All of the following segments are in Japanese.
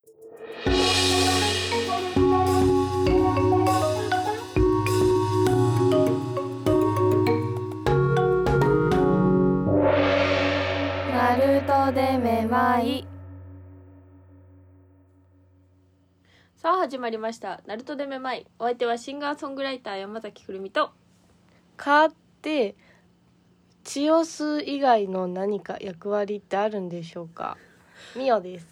ナルトでめまい。さあ始まりましたナルトでめまい。お相手はシンガーソングライター山崎くるみと蚊って血を吸う以外の何か役割ってあるんでしょうか。ミオです。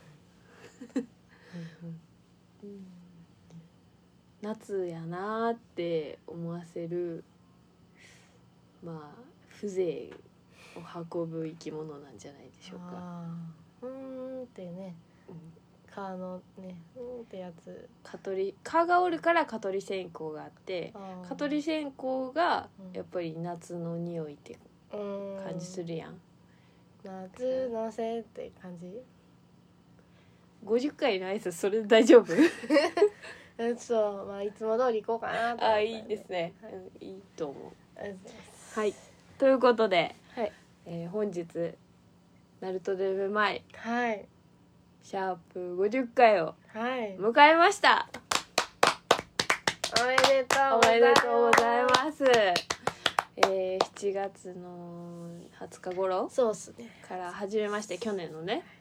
夏やなーって思わせるまあ風情を運ぶ生き物なんじゃないでしょうか。 ってね、蚊のねってやつ。 蚊がおるから蚊取り線香があって、蚊取り線香がやっぱり夏の匂いって感じするやん。 夏のせって感じ。 50回の挨拶それで大丈夫？ そう、まあいつも通り行こうかなと思って。 いいですね、 はい、 いいと思う。 ははい、ということで、 はい、 本日ナルトでめまい、 はい、 シャープ50回をはい、 迎えました。 おめでとおめでとうございます。7月の20日頃そうっすねから始めまして、去年のね、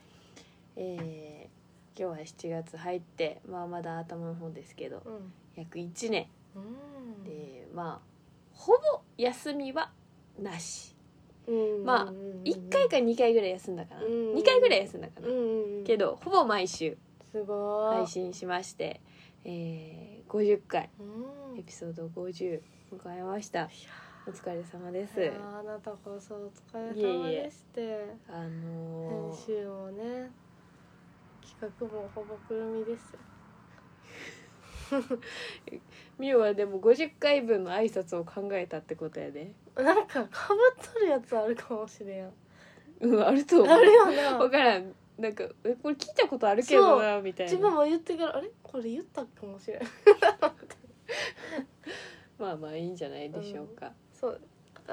今日は7月入って、まだ頭の方ですけど、約1年、でまあほぼ休みはなし、まあ1回か2回ぐらい休んだかな、2回ぐらい休んだかな、けどほぼ毎週すごい配信しまして、50回、エピソード50迎えました。お疲れ様です。 あなたこそお疲れ様でして。編集もね、企画もほぼくるみですよ。 みおはでも50回分の挨拶を考えたってことやで。 なんかかぶっとるやつあるかもしれん。 あると思う。 あるよな。 分からん。なんかこれ聞いたことあるけどなみたいな。 自分も言ってからあれこれ言ったかもしれん。 まあいいんじゃないでしょうか。 そうはい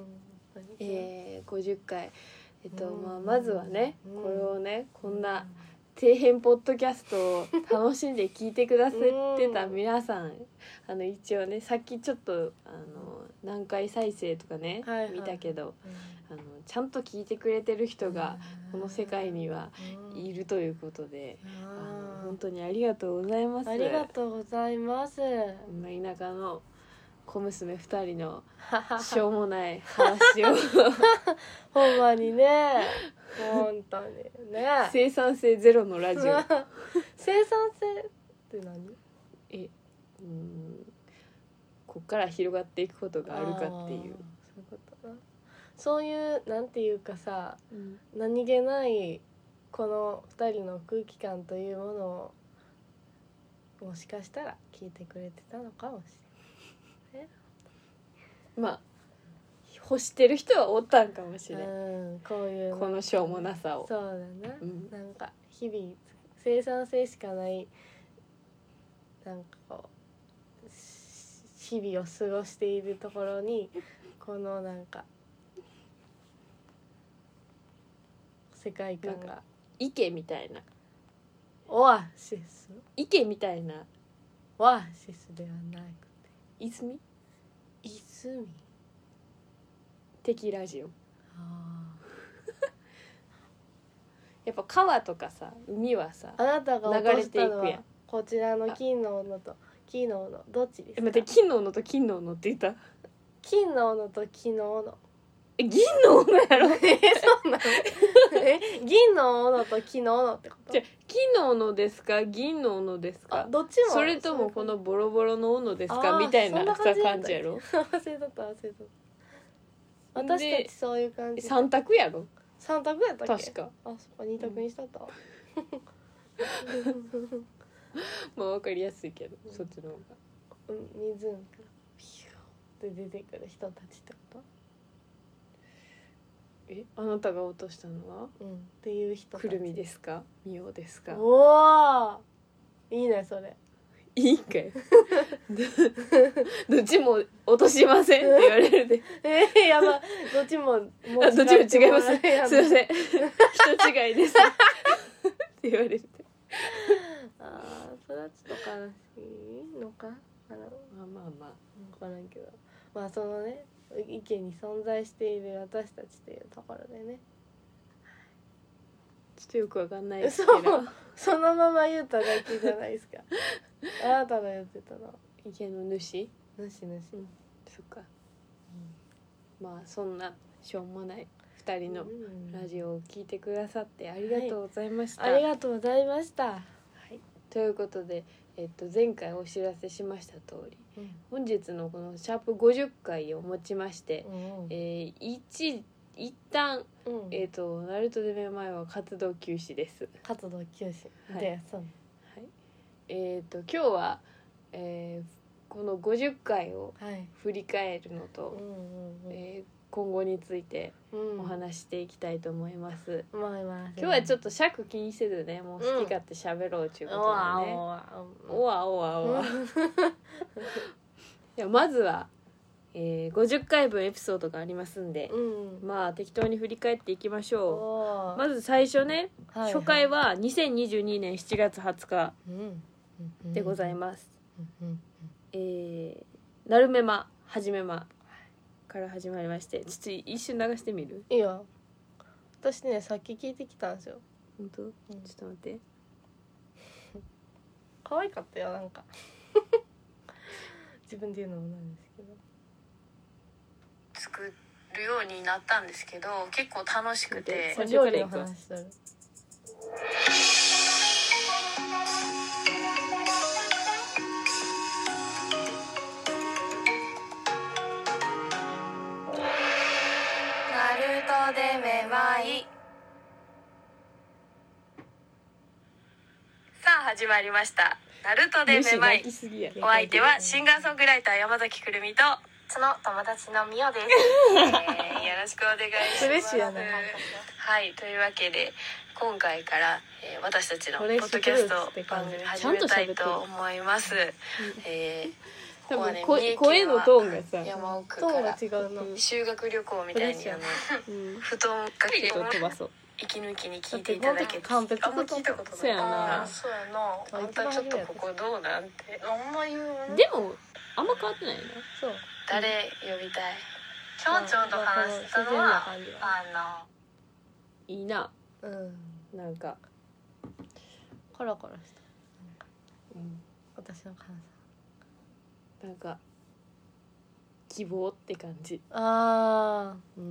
。50回、まずはね、これをね、こんな底辺ポッドキャストを楽しんで聞いてくださってた皆さん、一応ね、さっきちょっと何回再生とかね、見たけど、ちゃんと聞いてくれてる人がこの世界にはいるということで、本当にありがとうございます。 ありがとうございます。 田舎の小娘2人のしょうもない話をほんまにね、本当にね、 生産性ゼロのラジオ。 生産性って何？ こっから広がっていくことがあるかっていう。 そういうことな。そういうなんていうかさ、何気ないこの2人の空気感というものをもしかしたら聞いてくれてたのかもしれない。 欲してる人はおったんかもしれん。こういうこのしょうもなさを。 そうだな、なんか日々生産性しかないなんかこう日々を過ごしているところにこのなんか世界観が池みたいな、 オアシス池みたいな、 オアシスではなくて泉的ラジオ。やっぱ川とかさ海はさ、 あなたが落としたのはこちらの金の斧と金の斧どっちですか？ 待って、金の斧と金の斧って言った？ 金の斧と金の斧。 銀の斧やろ？ そうなの？銀の斧と金の斧ってこと？ じゃ金の斧ですか銀の斧ですか？ どっちも。 それともこのボロボロの斧ですかみたいな感じやろ？ 忘れとった。私たちそういう感じ。3 択やろ ？3択やったっけ？ 確か。 そっか2択にしたった。 分かりやすいけど、そっちの方が。 湖からピューって出てくる人たちってこと？ あなたが落としたのは？ っていう人たち。 くるみですか？みおですか？ おお、いいねそれ。 いいかい。どっちも落としませんって言われるで。 やば、どっちもどっちも違います。すいません。人違いです。って言われるで。 まあそのね意見に存在している私たちというところでね、 ちょっとよくわかんないですけどそのまま言うただけじゃないですかあなたが言ってたの意見の主、 主、 そっか、まあそんなしょうもない2人のラジオを聞いてくださってありがとうございました、 ありがとうございました、 はい、ということで、前回お知らせしました通り、本日のこのシャープ50回をもちまして、一旦、ナルトでめまいは活動休止です。 活動休止はいで、そう、 はい、今日は、この50回を振り返るのと、今後についてお話していきたいと思います、 今日はちょっと尺気にせずね、もう好き勝手喋ろうということでね、おわいやまずは、50回分エピソードがありますんで、まあ適当に振り返っていきましょう。まず最初ね、初回は2022年7月20日でございます。なるめまはじめまから始まりまして、ちょっと一瞬流してみる？ いいよ。私ねさっき聞いてきたんですよ。 本当？ちょっと待って。 可愛かったよ、なんか自分で言うのもなんですけど、 作るようになったんですけど、結構楽しくて、 お料理の話する。 ナルトでめまい。さあ始まりました、ナルトでめまい。お相手はシンガーソングライター山崎くるみとその友達のみおです、 よろしくお願いします。 嬉しいよね。 はい、というわけで今回から、私たちのポッドキャスト番組始めたいと思います。ここはね、声のトーンがさ、山奥から修学旅行みたいに布団かけて飛ばそう。息抜きに聞いていただけて、あんま聞いたことない。そうやな。 そうやな。 あんたちょっとここどうなんて。 あんま言う。 でもあんま変わってないな。 そう。 誰呼びたい？ 町長と話したのはいいな。なんかコロコロした。私の感想。なんか希望って感じ。 ああ。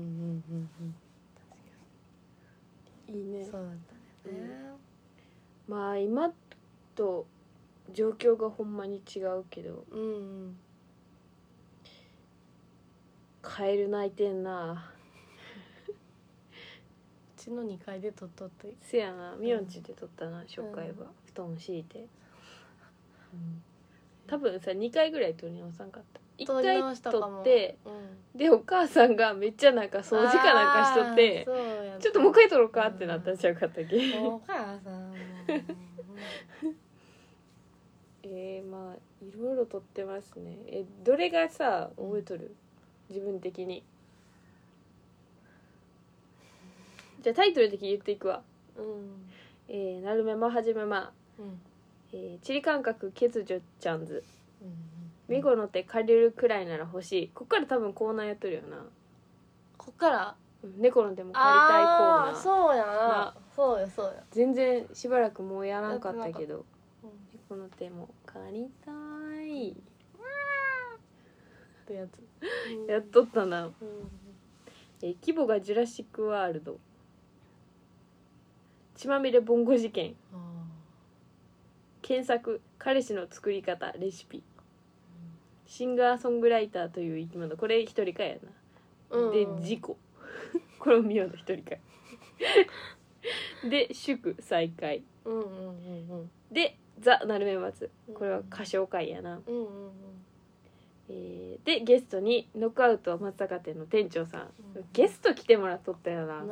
いいね。 そうだったね。 まあ今と状況がほんまに違うけど、カエル鳴いてんな。 うちの2階で撮っとって。 せやな、みおんちで撮ったな、初回は、布団敷いて、多分さ2回ぐらい撮り直さんかった。1回撮って、でお母さんがめっちゃなんか掃除かなんかしとって、ちょっともう一回撮ろうかってなったんちゃうかったっけ。 お母さんまあいろいろ撮ってますね。どれがさ覚えとる？自分的に。じゃあタイトル的に言っていくわ。なるめまはじめま、地理感覚欠如ちゃんず、ミゴの手借りるくらいなら欲しい。こっから多分コーナーやっとるよな。 こっから猫の手も借りたいコーナー。 そうやな。そうやそうや。 全然しばらくもうやらんかったけど、猫の手も借りたいってやつやっとったな。規模がジュラシックワールド、血まみれボンゴ事件、検索彼氏の作り方レシピ、シンガーソングライターという生き物。これ一人かやな。で事故これもミオの一人かで祝再会、でザ・なるめ松、これは歌唱会やな。でゲストにノックアウト松坂店の店長さん、ゲスト来てもらっとったよな。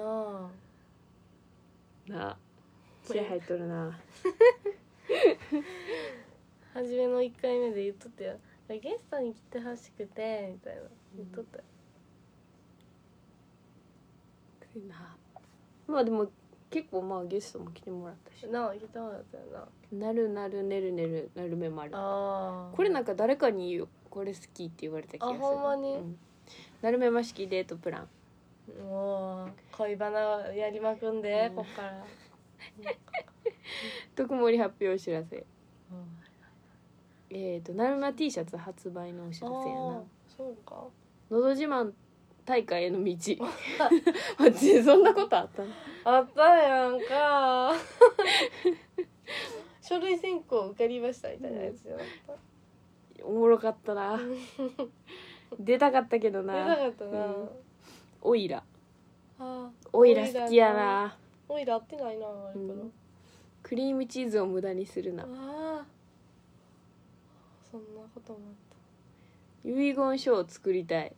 なあ気合入っとるな。 初めの1回目で言っとったよ、ゲストに来てほしくてみたいな言っとったよ。 まあでも結構まあゲストも来てもらったしなあ、来てもらったよな。 なるなるねるねるなるめまる。 これなんか誰かにこれ好きって言われた気がする。 あほんまになるめま式デートプラン。 もう恋バナやりまくんで、こっから特盛発表お知らせ。なるま T シャツ発売のお知らせやな。 そうか。 のど自慢大会への道マジでそんなことあったの？ あったやんか書類選考受かりましたみたいなやつじゃなかっおもろかったな出たかったけどた。 な。 出たかったな、 オイラあオイラ好きやな。 オイラ合ってないなあれけど、 クリームチーズを無駄にするな。 ああそんなこともあった。 遺言書を作りたい。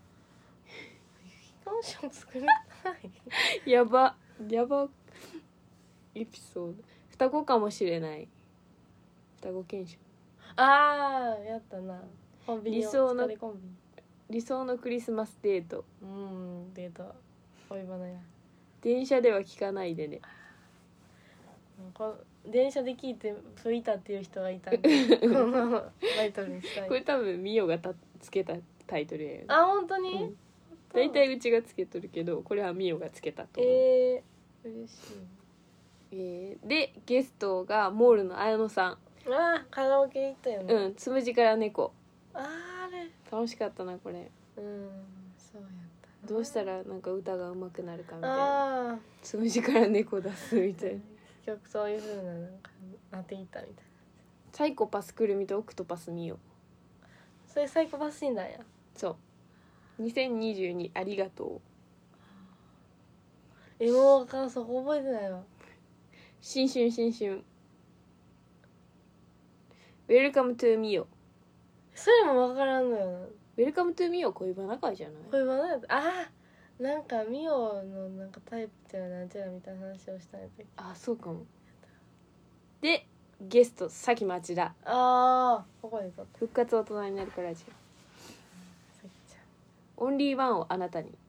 遺言書作りたいやばエピソード。双子かもしれない。双子検証。 ああやったな。コンビニ理想の疲れコンビニ。 理想のクリスマスデート。 デート恋バナや。 電車では聞かないでね。 電車で聞いて吹いたっていう人がいたんでこのタイトルにしたい。 これ多分ミオがつけたタイトルやよね。 あ本当に、 だいたいうちがつけとるけど、これはミオがつけたと思う。 嬉しでゲストがモールの綾野さん。 い。あカラオケ行ったよね。 つむじから猫。 あれ楽しかったなこれ。 そうやったな。 どうしたらなんか歌が上手くなるかみたいな。 ああつむじから猫出すみたいな。 結局そういう風ななんかなっていったみたいな。 サイコパスくるみとオクトパスミオ。 それサイコパス診断や。 そう2022ありがとう。 もうあかん、そこ覚えてないわ。 新春ウェルカムトゥーミオ。 それもわからんのよな。 ウェルカムトゥーミオ恋バナ会じゃない？ これは何やった。なんかミオのなんかタイプじゃなんちゃらみたいな話をしたんやったっけ。 あそうかも。でゲストさき町田。 ここで撮った復活大人になるからじゃん。 さきちオンリーワンをあなたに。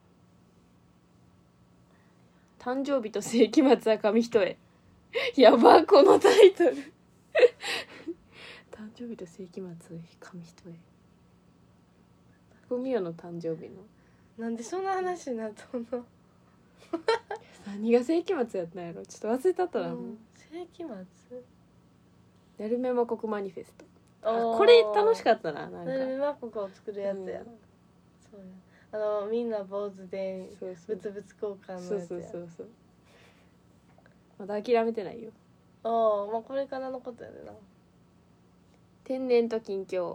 誕生日と世紀末は紙一重。やばこのタイトル誕生日と世紀末紙一重。ふみおの誕生日のゃん。なんでそんな話になったの。 何が世紀末やったんやろ。ちょっと忘れたったな、もう世紀末。 なるめま国マニフェスト。 ここれ楽しかったな。なんかなるめま国を作るやつや、そうや。みんな坊主でそうそう物々交換のそうやつや。 そうまだ諦めてないよ。 まあこれからのことやでな。 天然と近況。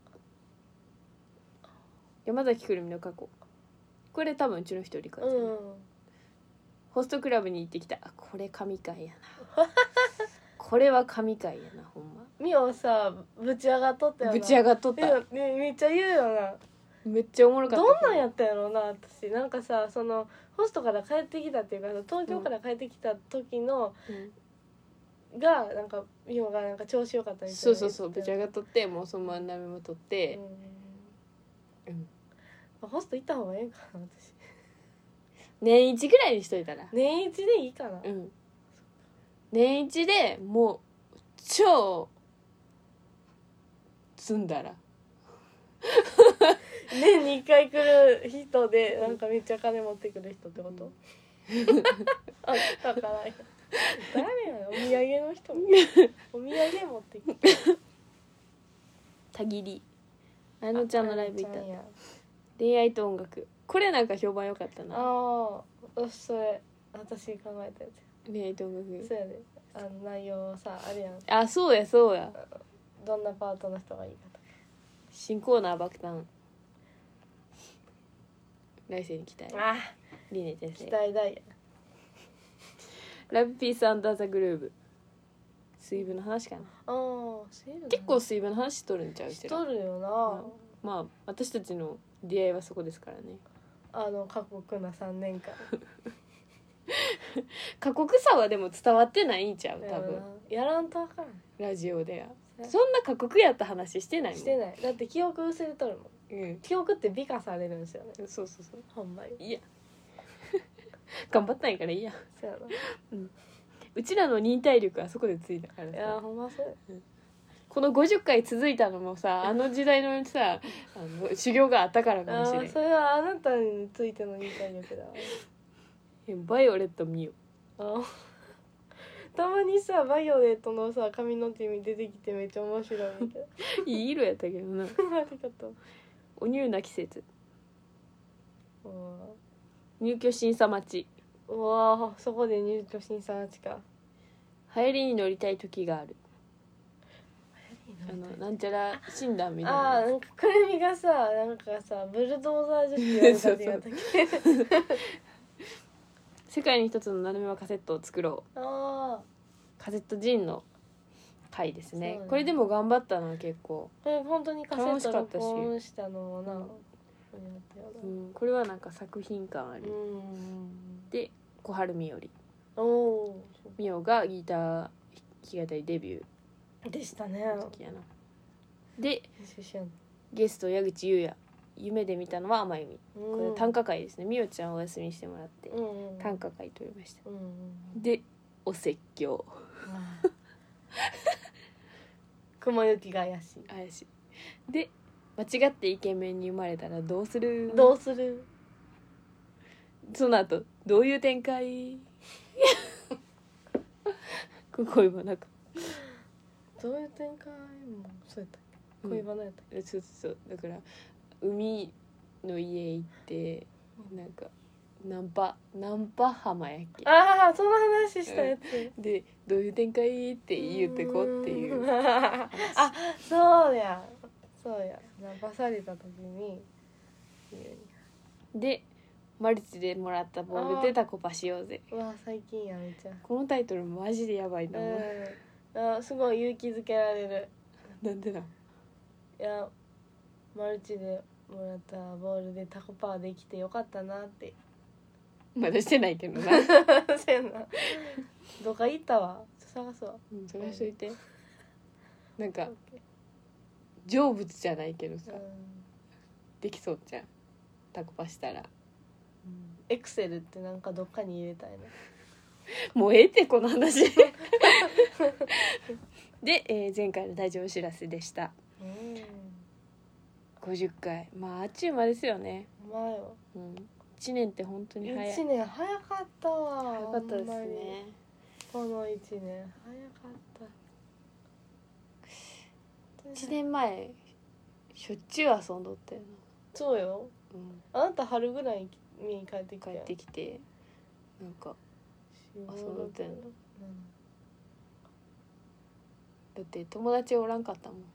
山崎くるみの過去。これ多分うちの一人から、ホストクラブに行ってきた。これ神回やなこれは神回やなほんま。 ミオさぶち上がっとったよな。 ぶち上がっとった。 めっちゃ言うよな。 めっちゃおもろかった。 どんなんやったやろうな。私なんかさ、そのホストから帰ってきたっていうか、東京から帰ってきた時の、がなんかミオがなんか調子良かったみたいな。 そうぶち上がっとって、もうそのまま鍋も取って、 ホスト行った方がええんかな私。 年一ぐらいにしといたら。 年一でいいかな。 年一でもう超積んだら年に1回来る人でなんかめっちゃ金持ってくる人ってこと、だから誰やろ。お土産の人お土産持ってきてたぎりあのちゃんのライブ行ったあやん。 恋愛と音楽。これなんか評判良かったな。 それ私考えたやつ。 恋愛と音楽。 そうやで。内容さあれやん。 そうやどんなパートの人がいいかとか。 新コーナー爆誕。来世に期待。リネ先生。 期待大や。 ラブピースアンダーザグルーブ。水分の話かな。結構水分の話しとるんちゃう。 しとるよな、 まあ私たちの出会いはそこですからね。 過酷な3年間過酷さはでも伝わってないんちゃう多分。 やらんとわからん。 ラジオではそんな過酷やった話してないもん。 してない。だって記憶薄れとるもん。記憶って美化されるんですよね。 そうほんまに。 いや頑張ったんやからいいや。 そうやな。 うちらの忍耐力はそこでついたからさ。 ほんまそうや。 この50回続いたのもさあの時代のさ修行があったからかもしれない。 それはあなたについての理解力だわ。 バイオレット見よあたまにさバイオレットのさ髪の毛に出てきてめっちゃ面白いみたいいい色やったけどな。 なありがとう。 お乳な季節、 う入居審査待ち、 わそこで入居審査待ちか。 流行りに乗りたい時がある。なんちゃら診断みたいな。 なんかくるみがさなんかさブルドーザー女子って言われたって言われたっけ世界に一つの斜めはカセットを作ろう。 あカセットジンの回ですね。 そうねこれでも頑張ったな結構。 これ本当にカセット録楽しかったし音したのもな、 うんこれやったよなこれはなんか作品感ある。で小春みより、 おおみおがギター弾き語りデビューでしたね。 の時やな。でシュシュンゲスト矢口優也、夢で見たのは甘由美。これ短歌会ですね。みおちゃんお休みしてもらって短歌会取りました。でお説教雲行きが怪しい。 怪しい。で間違ってイケメンに生まれたらどうする。 どうする。 その後どういう展開恋バナか。 どういう展開もそうやったっけ、恋バナやったっけ。 そうだから海の家行ってなんかナンパ浜やっけ。 ああその話したやつ、 でどういう展開って言ってこっていうあそうやナンパされた時にでマルチでもらったボールでタコパしようぜ。 うわ最近やめちゃこのタイトルマジでやばいな、 すごい勇気づけられる。 なんでなん。 いやマルチでもらったボールでタコパーできてよかったなってまだしてないけどなせやなどっか行ったわ探すわ。 探しといて。なんか成仏じゃないけどさ、できそうじゃんタコパしたら。 エクセルってなんかどっかに入れたいな。 もうええってこの話で、前回の大事お知らせでした。50回まああっちゅう間ですよね。 前よ、 1年って本当に早い。 1年早かったわ。 早かったですね。 この1年早かった。 1年前しょっちゅう遊んどったよそうよ、あなた春ぐらいに帰ってきな。 て帰ってきてなんか遊んどったよな。だって友達おらんかったもん。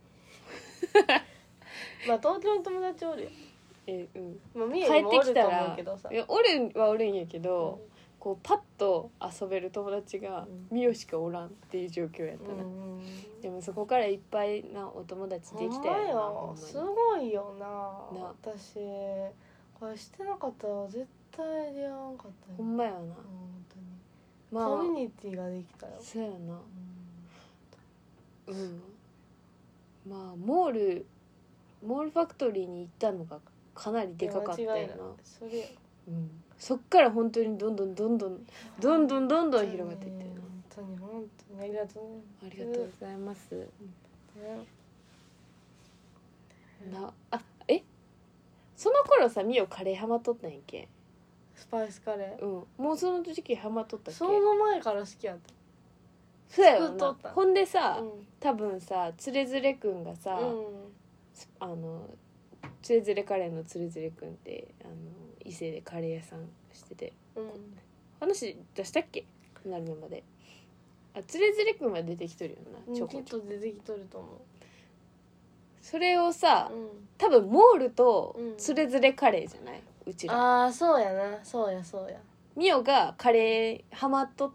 まあ東京の友達おるよ。まあ、三帰重にもおるとってきたら思うけどさ。 いやおるはおるんやけど、こうパッと遊べる友達がミオしかおらんっていう状況やったな、でもそこからいっぱいなお友達できたよな。ほんまにすごいよな。 な私これしてなかったら絶対出会わんかったよ。 ほんまやな。 本当に、 まあコミュニティができたよ。 そうやな。まあモールファクトリーに行ったのがかなりでかかったよな。 それ、 そっから本当にどんどん広がっていってるな。 本当にありがとうね。 ありがとうございます。その頃さミオカレーハマっとったんやっけ。 スパイスカレー、 もうその時期ハマっとったっけ。 その前から好きやった。 そうやろな作っとった。 ほんでさ、多分さつれづれくんがさ、つれづれカレーのつれづれくんって伊勢でカレー屋さんしてて、話出したっけなるまで。つれづれくんは出てきとるよな、ちょこきっと出てきとると思う。 それをさ、多分モールとつれづれカレーじゃない、うちら。 ああそうやな、そうやミオがカレーハマっとって、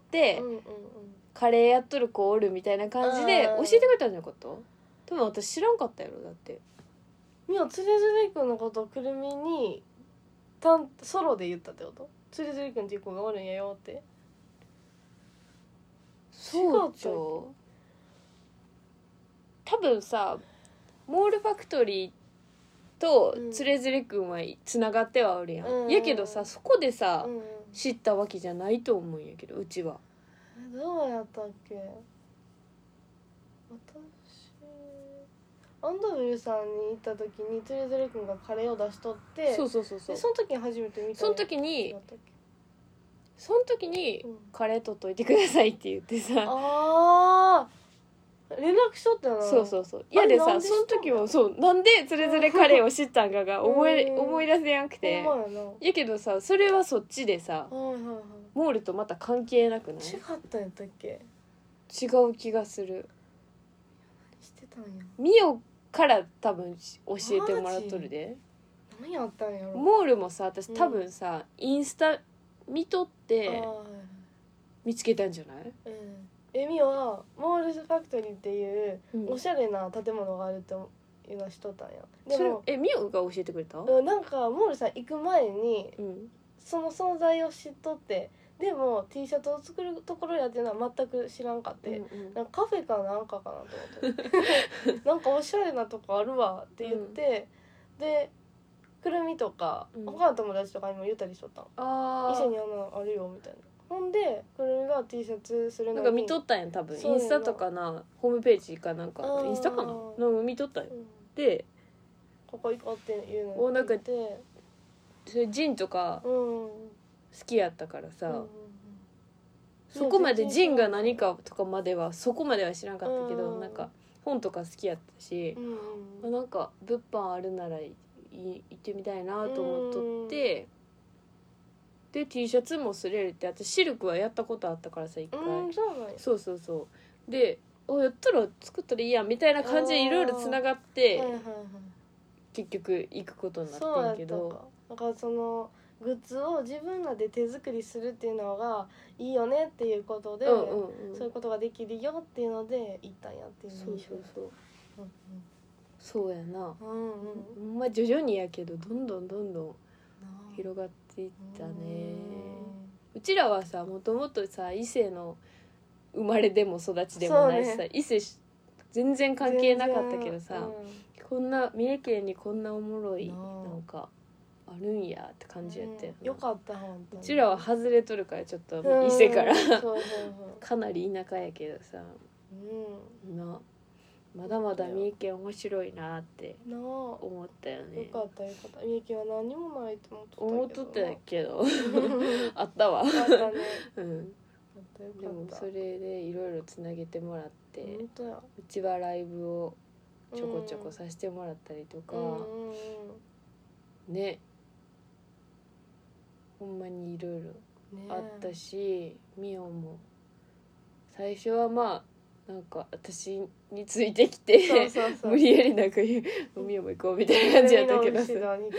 カレーやっとる子おるみたいな感じで教えてくれたんじゃなかった？多分私知らんかったやろ。だってみおつれづれくんのことをくるみにソロで言ったってこと？つれづれくんっていう子がおるんやよって。 そうちゃう？多分さモールファクトリーとつれづれくんはつながってはおるやん、やけどさそこでさ、知ったわけじゃないと思うんやけど、うちはどうやったっけ。私アンドブルさんに行った時につれづれくんがカレーを出しとってそうそうそうそうでその時に初めて見たその時にだったっけうん、 うんカレー取っといてくださいって言ってさあー連絡しとったよなそうそうそういやでさあれなんでその時もそうなんでつれづれカレーを知ったんかが思い出せやんくてほんまやなやけどさそれはそっちでさはいはいはいモールとまた関係なくない違ったんやったっけ違う気がするしてたんやミオから多分教えてもらっとるで何やったんやろモールもさ私多分さ、インスタ見とっあてーはいはい見つけたんじゃないエミはモールズファクトリーっていううんおしゃれな建物があるっていうのは知っとったんやでそれもミオが教えてくれたなんかモールさん行く前にうんその存在を知っとってでも T シャツを作るところやっていうのは全く知らんかって、なんかカフェかなんかかなと思ってなんかおしゃれなとこあるわって言って、でくるみとか、他の友達とかにも言ったりしとったのあ店にあんなのあるよみたいなほんでくるみが T シャツするのになんか見とったんやん多分そうやなインスタとかなホームページかなんかあーインスタかなの見とったんよでここ行こうっていうのおなんか言ってそれジンとか好きやったからさ、そこまでジンが何かとかまではそこまでは知らんかったけど、なんか本とか好きやったし、なんか物販あるなら行ってみたいなと思っとって、で T シャツもすれるって私シルクはやったことあったからさ一回、そうそうそうでやったら作ったらいいやんみたいな感じでいろいろつながって結局行くことになってんけど、 だからそのグッズを自分らで手作りするっていうのがいいよねっていうことで、そういうことができるよっていうので行ったんやっていうそうそうそう、 うんそうやな、 うんまあ徐々にやけどどんどんな広がっていったね。 ううちらはさもともとさ伊勢の生まれでも育ちでもないしさ、伊勢全然関係なかったけどさ、こんな三重県にこんなおもろいなんかあるんやって感じやったよな、 よかった本当にうちらは外れとるからちょっと伊勢からそうかなり田舎やけどさなまだまだ三重県面白いなってなあ思ったよね。 よかったよかった三重県は何にもないと思っとったけどあったわあったねうんあったよでもかったそれでいろいろつなげてもらって本当やうちはライブをちょこちょこさせてもらったりとか、ねほんまにいろいろあったし、ミオも最初はまあなんか私についてきて無理やりなんかミオも行こうみたいな感じやったけどさ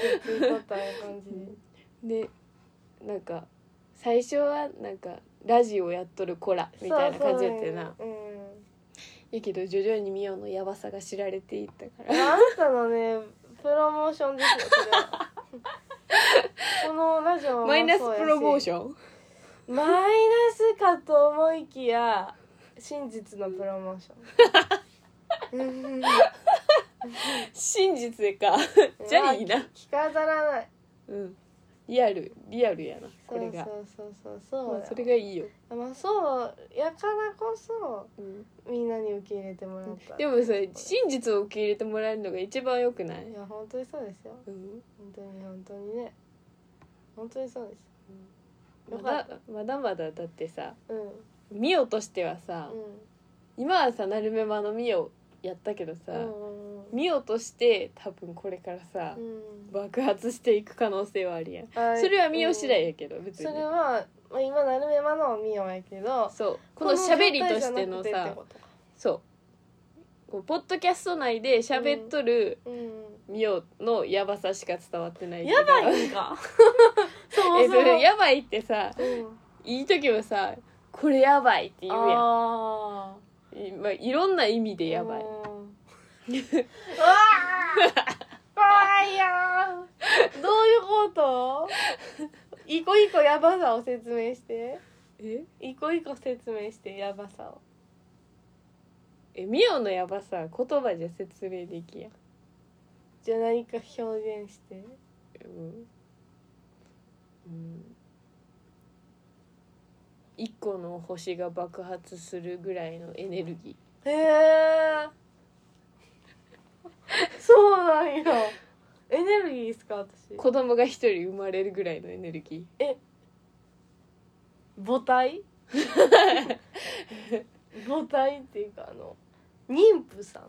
でなんか最初はなんかラジオやっとる子らみたいな感じやったよな。やけど徐々にミオのヤバさが知られていったからあなたのねプロモーションですよそれはこのラジオもマイナスプロモーションマイナスかと思いきや真実のプロモーション真実かじゃあいいな、 着飾らないうんリアルやなこれがそうまあそれがいいよ、 まあそうやからこそうん、 みんなに受け入れてもらったでもさ真実を受け入れてもらえるのが一番良くないいや本当にそうですようん本当にね本当にそうですまだまだだってさうんミオとしてはさ、今はさなるめまのミオやったけどさ、ミオとして多分これからさ、爆発していく可能性はあるやん、それはミオ次第やけど、別にそれは、まあ、今なるめまのミオやけどそうこの喋りとしてのさそうこうポッドキャスト内で喋っとるミオのヤバさしか伝わってないけどやばいんかそもそもヤバいってさ、いい時もさこれやばいって言うやんあまあ、いろんな意味でやばい、 うわー怖いよーどういうこと一個一個やばさを説明して一個一個説明してやばさをミオのやばさ言葉じゃ説明できやん、 じゃあ何か表現して一個の星が爆発するぐらいのエネルギへえそうなんや。エネルギーですか私。 子供が一人生まれるぐらいのエネルギ母体母体っていうか妊婦さん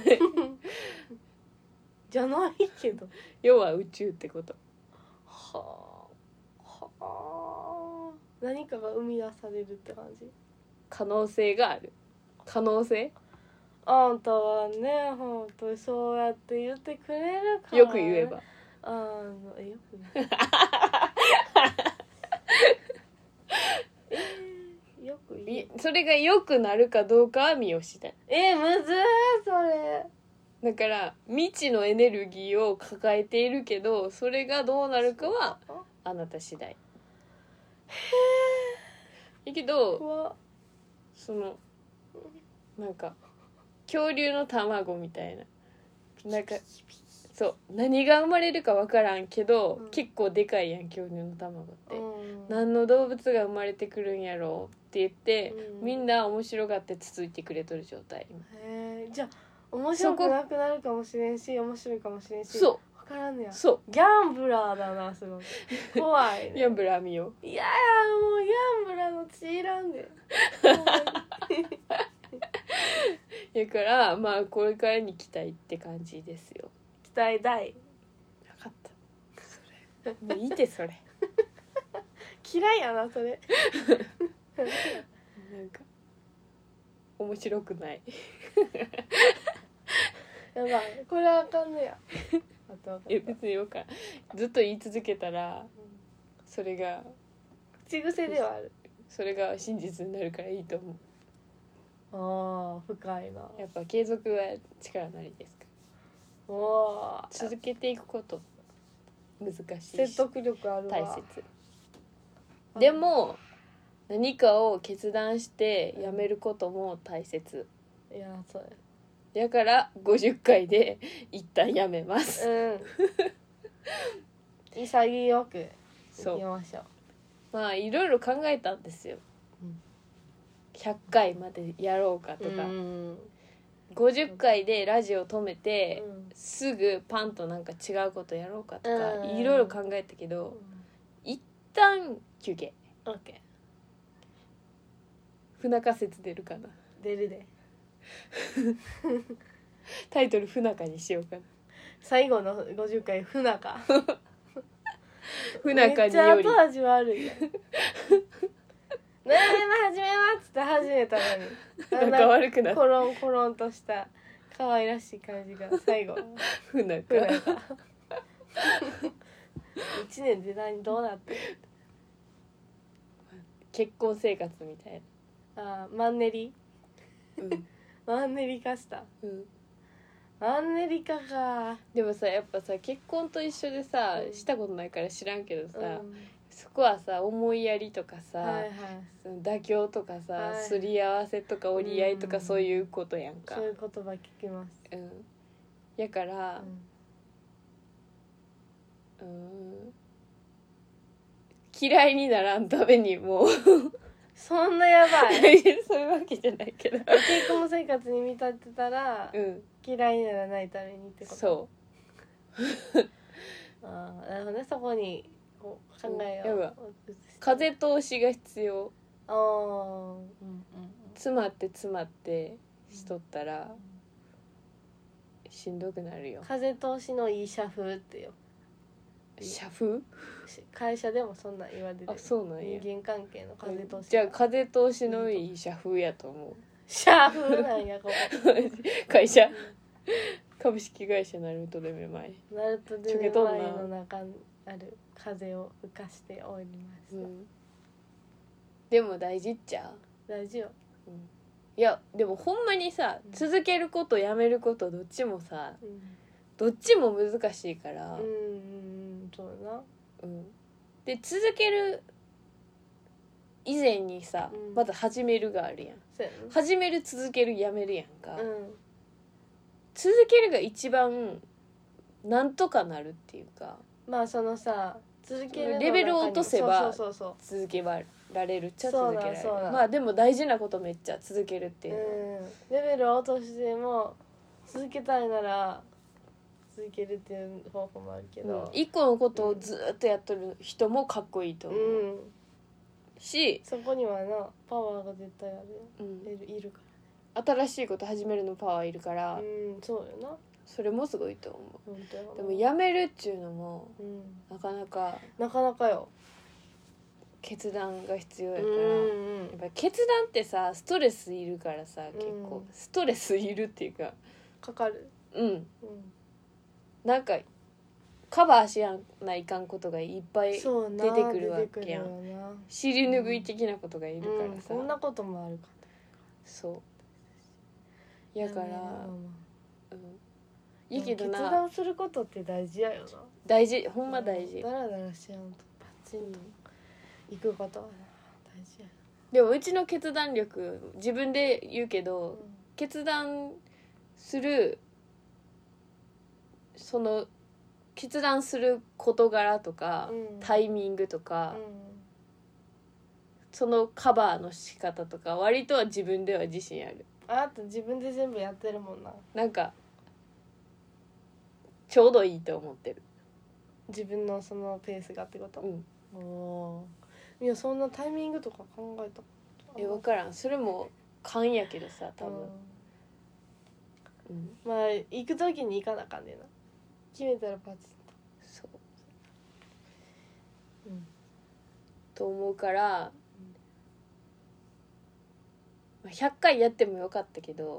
じゃないけど。 ー。要は宇宙ってこと。 はあはあ。何かが生み出されるって感じ。 可能性がある。可能性あんたはね本当にそうやって言ってくれるから、ね、 よく言えば。 よく言えよく言えそれが良くなるかどうかは見よしだ。 むずーそれ。 だから未知のエネルギーを抱えているけど、それがどうなるかはあなた次第。へえ。けどそのなんか恐竜の卵みたいな、なんかそう何が生まれるか分からんけど、結構でかいやん恐竜の卵って、何の動物が生まれてくるんやろうって言って、みんな面白がってつついてくれとる状態。 へえ。じゃあ面白くなくなるかもしれんし面白いかもしれんし、 そう分からんねや。 そうギャンブラーだなすごい怖い、ね、 ギャンブラー見よいやもうギャンブラーの血いらんでだからまあこれからに期待って感じですよ。 期待大。 分かったそれもういいってそれ嫌いやなそれなんか面白くないやばいこれはあかんねや。あとわかった別によかずっと言い続けたらそれが口癖ではある。 それが真実になるからいいと思う。 あー深いな。 やっぱ継続は力なりですかおら、続けていくこと難しいし説得力あるわ。 大切。でも何かを決断してやめることも大切。 いやそうだから50回で一旦やめまやす。 潔くいきそうましょう。 まあいろいろ考えたんですよ、100回までやろうかとか、50回でラジオ止めて、すぐパンとなんか違うことやろうかとか、いろいろ考えたけど、一旦休憩。 オッケ不仲説出るかな。 ー出るで。 タイトル不仲にしようかな。 最後の50回不仲不仲めっちゃにより後味悪いやんねえ始めますっつって始めたのに仲悪くなったコロンコロンとした可愛らしい感じが最後不仲不仲1年でどうなってる。 結婚生活みたいマンネリな、 マンネリ化したマンネリ化か。 でもさやっぱさ結婚と一緒でさ、したことないから知らんけどさ、そこはさ思いやりとかさ、 はいはい、 その妥協とかさ、 はいすり合わせとか折り合いとか、そういうことやんか。 そういう言葉聞きます。 やから、嫌いにならんためにもうそんなやばいそういうわけじゃないけど結婚生活に見立てたら、嫌いにならないためにってこと。 そうなるほどね。そこにこう考えを風通しが必要。 詰詰まってしとったらしんどくなるよ。 風通しのいい社風ってよ。 社風？ 会社でもそんなん言われてる。 あ、そうなんや。 人間関係の風通し、 じゃあ風通しのいい社風やと思う。 社風なんやここ会社株式会社ナルトでめまい。 ナルトでめまいの中にある風を浮かしております、 でも大事っちゃ大事よ、 いやでもほんまにさ、続けることやめることどっちもさ、どっちも難しいから、 そうだな、 で続ける以前にさ、まず始めるがあるやん。始める、続ける、やめるやんか、続けるが一番なんとかなるっていうか、 まあそのさ続けるレベルを落とせば続けられるっちゃ続けられる。 そうだまあでも大事なことめっちゃ続けるっていうのは、 レベルを落としても続けたいなら続けるっていう方法もあるけど、 一個のことをずっとやっとる人もかっこいいと思う、し、 そこにはなパワーが絶対ある、いるか新しいこと始めるのパワーいるからら、そうよな、 それもすごいと思本当よな。 う。でもやめるっちゅうのもなかなかなかなかよ。 決断が必要やから、やっぱ決断ってさストレスいるからさ、結構ストレスいるっていうか、 かかる。 なんかカバーしやないかんことがいっぱい出てくるわけやん。尻拭い的なことがいるからさ、 そんなこともあるか。 そうやからいいけどな、 決断することって大事やよな。 大事、ほんま大事。 だらだらしやんとパチンと行くことは大事や。 でもうちの決断力、自分で言うけど、決断するその決断する事柄とか、タイミングとか、そのカバーの仕方とか割とは自分では自信ある。 あと自分で全部やってるもんな。 なんかちょうどいいと思ってる。 自分のそのペースがってこと。いやそんなタイミングとか考えた。 分からん、それも勘やけどさ、多分、 まあ行く時に行かなあかんねんな。決めたらパチッと。 そう、と思うから、100回やってもよかったけど、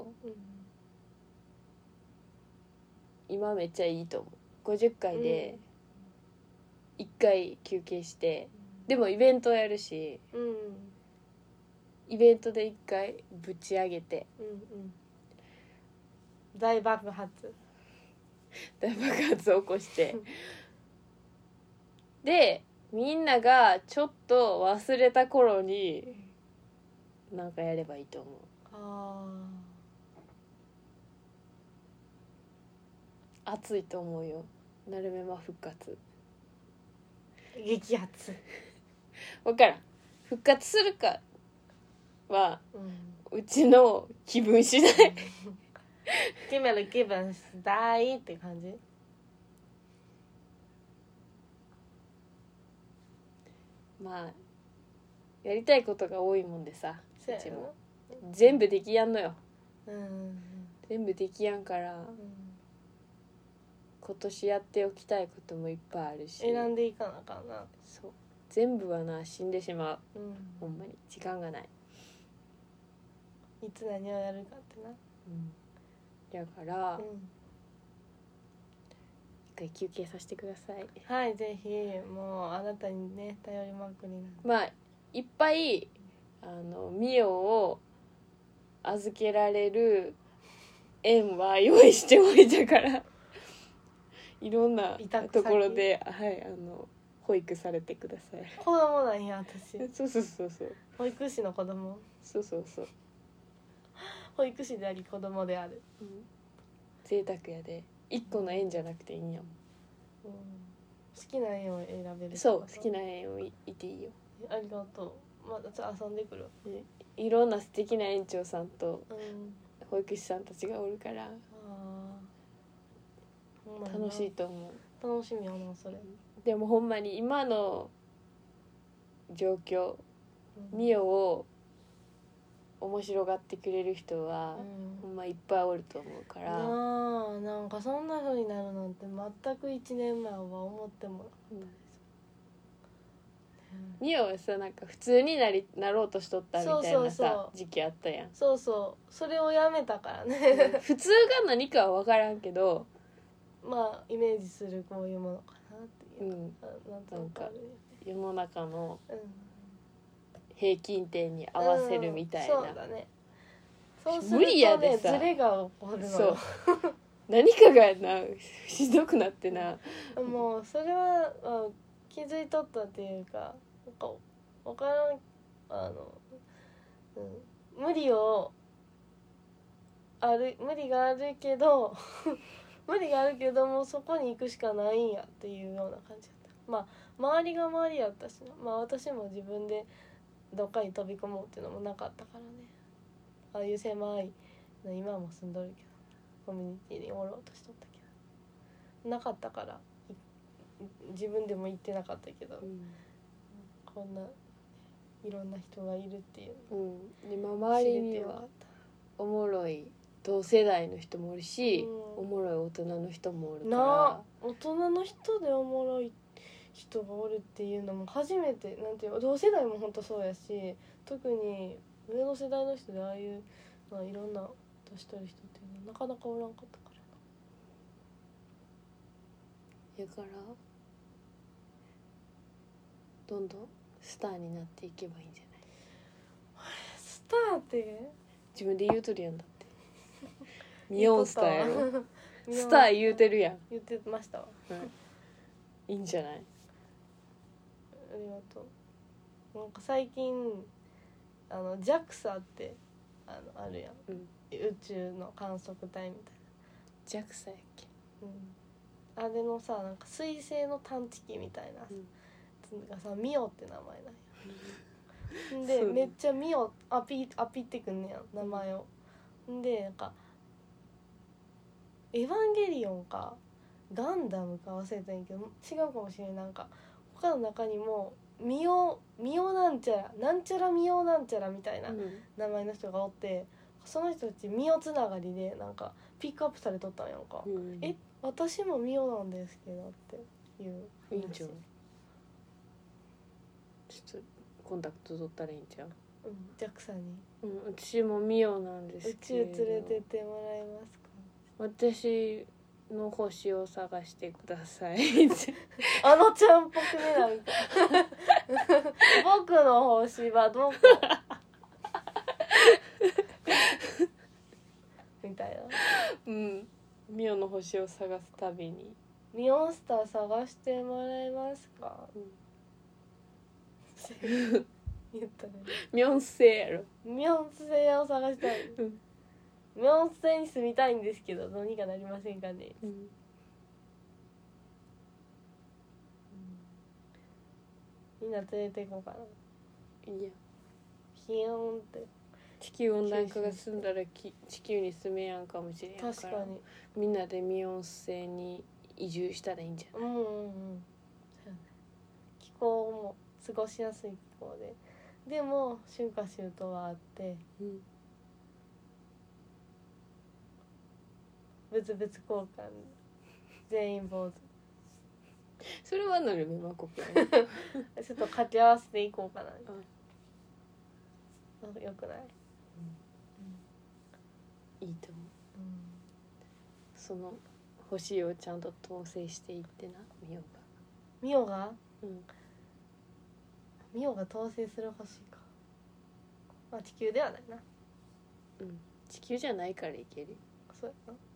今めっちゃいいと思う。50回で1回休憩して、でもイベントやるし、イベントで1回ぶち上げて、 大爆発を起こしてでみんながちょっと忘れた頃になんかやればいいと思う。熱いと思うよ、なるめま復活。 激アツ。 分からん、復活するかは、うちの気分次第決める気分次第って感じ。 まあやりたいことが多いもんでさ、うちも全部できやんのよ、全部できやんから、今年やっておきたいこともいっぱいあるし、 選んでいかなあかんな。 そう、全部はな死んでしまう、ほんまに時間がない、 いつ何をやるかってな。 だから、一回休憩させてください。 はい、ぜひもうあなたにね頼りまくりな。 まあいっぱいミオを預けられる園は用意しておいたからいろんなところで、保育されてください。 子供なんや私。 そう保育士の子供。 そう保育士であり子供である、 贅沢やで、一個の園じゃなくていいんやもん、 好きな園を選べる。 そう、好きな園をいていいよ。 ありがとう。また遊んでくる、 いろんな素敵な園長さんと保育士さんたちがおるから、楽しいと思う。 楽しみやなそれ。 でもほんまに今の状況、ミオを面白がってくれる人は、ほんまいっぱいおると思うから、 なんかそんな風になるなんて全く1年前は思ってもなかったです。 ミオはさ、なんか普通になろうとしとったみたいなさ時期あったやん。 それをやめたからね普通が何かは分からんけど、 まあイメージするこういうものかなっていう、 なんか世の中の平均点に合わせるみたいな、 そうだね。そうするとね、 無理やでさ、 ズレが起こるのよ。そう何かがなひどくなってな、 もうそれは気づいとったっていうか、なんか分からん、無理があるけど無理があるけどもそこに行くしかないんやっていうような感じだった。まあ周りが周りやったしな、まあ私も自分でどっかに飛び込もうっていうのもなかったからね。ああいう狭い今も住んどるけどコミュニティにおろうとしとったけど、 なかったから自分でも言ってなかったけど、こんないろんな人がいるっていう今周りにはおもろい同世代の人もおるし、おもろい大人の人もおるから大人の人でおもろい人がおるっていうのも初めてなんていう同世代も本当そうやし、特に上の世代の人でああいう、いろんな出してる人っていうのはなかなかおらんかったからだからどんどんスターになっていけばいいんじゃない？ スターって自分で言うとるやんだってミオンスターやろスター言うてるやん、 言ってましたわ、 いいんじゃない？ ありがとう。なんか最近JAXA ってあるやん、宇宙の観測隊みたいな JAXA やっけ、 あれのさなんか水星の探知機みたいな、がさミオって名前なんやでめっちゃミオアピってくんねや名前を。でなんかエヴァンゲリオンかガンダムか忘れたんやけど違うかもしれん、なんか他の中にもミオなんちゃらなんちゃらミオなんちゃらみたいな名前の人がおって、その人たちミオつながりでなんかピックアップされとったんやんか、私もミオなんですけどっていういいんちゃう？ちょっとコンタクト取ったらいいんちゃう ？JAXA に、 私もミオなんですけど宇宙連れてってもらえますか？ 私の星を探してくださいあのちゃんっぽくねなんか僕の星はどこみたいな。 ミオの星を探すたびにミオンスター探してもらえますか？言ったね。 ミョン星やろ。 ミオン星を探したい、ミオン星に住みたいんですけどどうにかなりませんかね、みんな連れて行こうかな。 いやヒヨーンって地球温暖化が進んだら地球に住めやんかもしれんから、 確かにみんなでミオン星に移住したらいいんじゃない？ そうやね、気候も過ごしやすい気候でも春夏秋冬はあって、ブツブツ交換全員坊主それはなるめまこくちょっと掛け合わせていこうかな、よくない、 いいと思う、その星をちゃんと統制していってなミオがミオが統制する星か、地球ではないな、 地球じゃないからいける。 そうやな。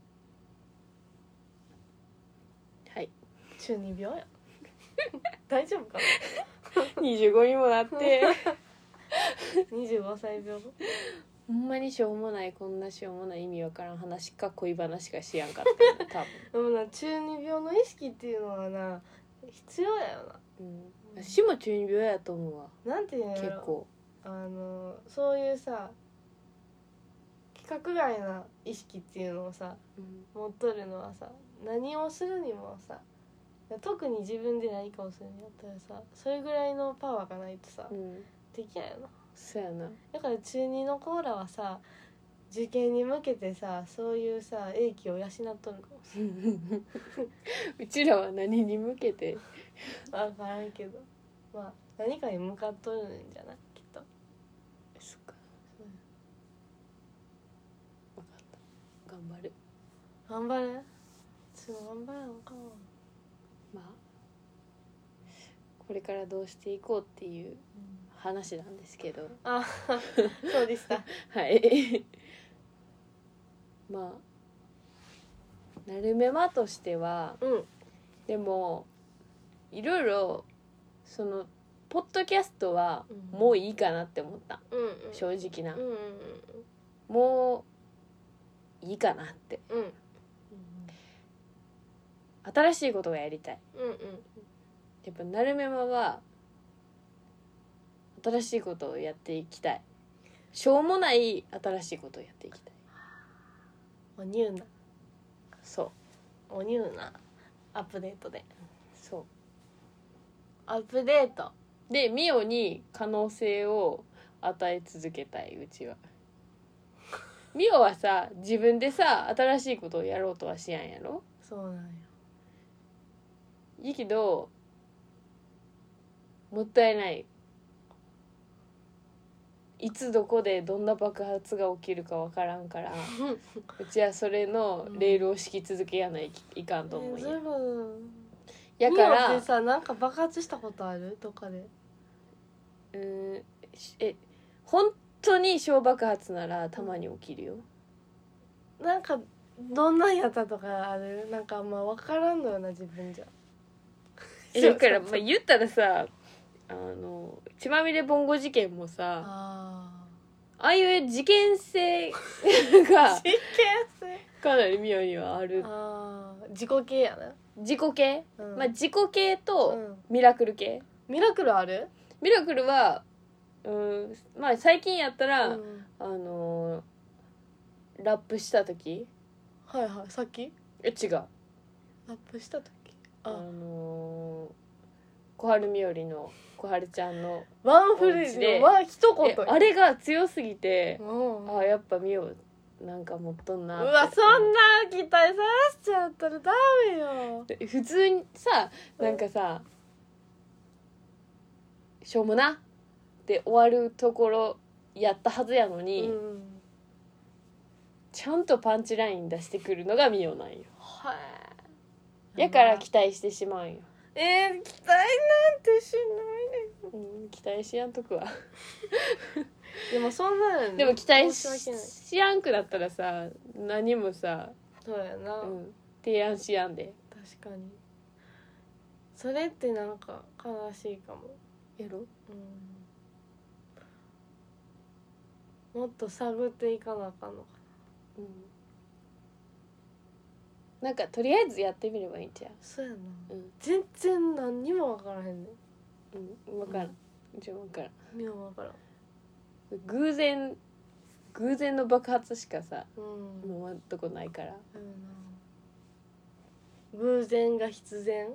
はい中二病や大丈夫かな 25にもなって 25歳病ほんまにしょうもない、こんなしょうもない意味わからん話か恋話かしやんかったよ多分でもな中二病の意識っていうのはな必要やよな、 私も中二病やと思うわ。 なんていうんやろ結構そういうさ規格外な意識っていうのをさ、持っとるのはさ何をするにもさ特に自分で何かをするんやったらさそれぐらいのパワーがないとさ、できないよな。 そうやな。 だから中二の子らはさ受験に向けてさそういうさ英気を養っとるかもしれないうちらは何に向けて分からんけど何かに向かっとるんじゃないきっと。 そっか、分かった、頑張る。 頑張れ。ちょっと頑張らんか。 これからどうしていこうっていう話なんですけど、 そうでしたはいなるめまとしては、でもいろいろそのポッドキャストはもういいかなって思った、正直な、もういいかなって、新しいことがやりたい、やっぱなるめまは新しいことをやっていきたい。しょうもない新しいことをやっていきたい。 ニューな。 そうおニューなアップデートでそアップデートうでミオに可能性を与え続けたいうちは。ミオはさ自分でさ新しいことをやろうとはしやんやろ。 そうなんよいいけどもったいない。いつどこでどんな爆発が起きるかわからんからうちはそれのレールを敷き続けやないかんと思うや、やかミオっらてさなんか爆発したことあるとかで本当に小爆発ならたまに起きるよ。 なんかどんなんやったとかあるなんかあんま分からんのよな自分じゃだからまあ言ったらさ血まみれボンゴ事件もさああいう事件性が実験性かなり妙にはある。 自己系やな、 自己系、 うんまあ自己系とうんミラクル系。 ミラクルあるミラクルはまあ最近やったら、 うんラップした時はいはいさっき違うラップした時小春日和の小春ちゃんのワンフレーズでワン一言あれが強すぎてうんやっぱミオなんか持っとんなってうわそんな期待さらしちゃったらダメよ普通にさなんかさしょうもなって終わるところやったはずやのに、ちゃんとパンチライン出してくるのがミオなんよ。 はいやから期待してしまうんよ。 期待なんてし期待しやんとくわないでもそんなのでも期待申し訳ないしやんくなったらさ何もさ、 そうやな、 提案しやんで確かにそれってなんか悲しいかも、 やろ。 もっと探っていかなあかんのかなんかとりあえずやってみればいいんちゃう。 そうやな、 うん全然何にも分からへんね分からん、じゃ分からん。 ん妙分からん偶然の爆発しかさうんもうとこないから。 偶然が必然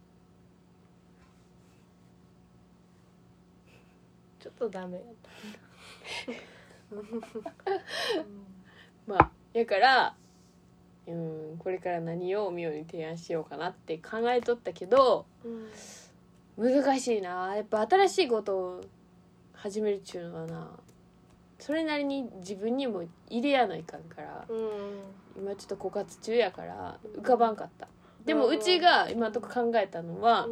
ちょっとダメやったまあやからこれから何をミオに提案しようかなって考えとったけど難しいな。やっぱ新しいことを始めるっちゅうのはなそれなりに自分にも入れやないかんから、今ちょっと枯渇中やから浮かばんかった。でもうちが今のとこ考えたのは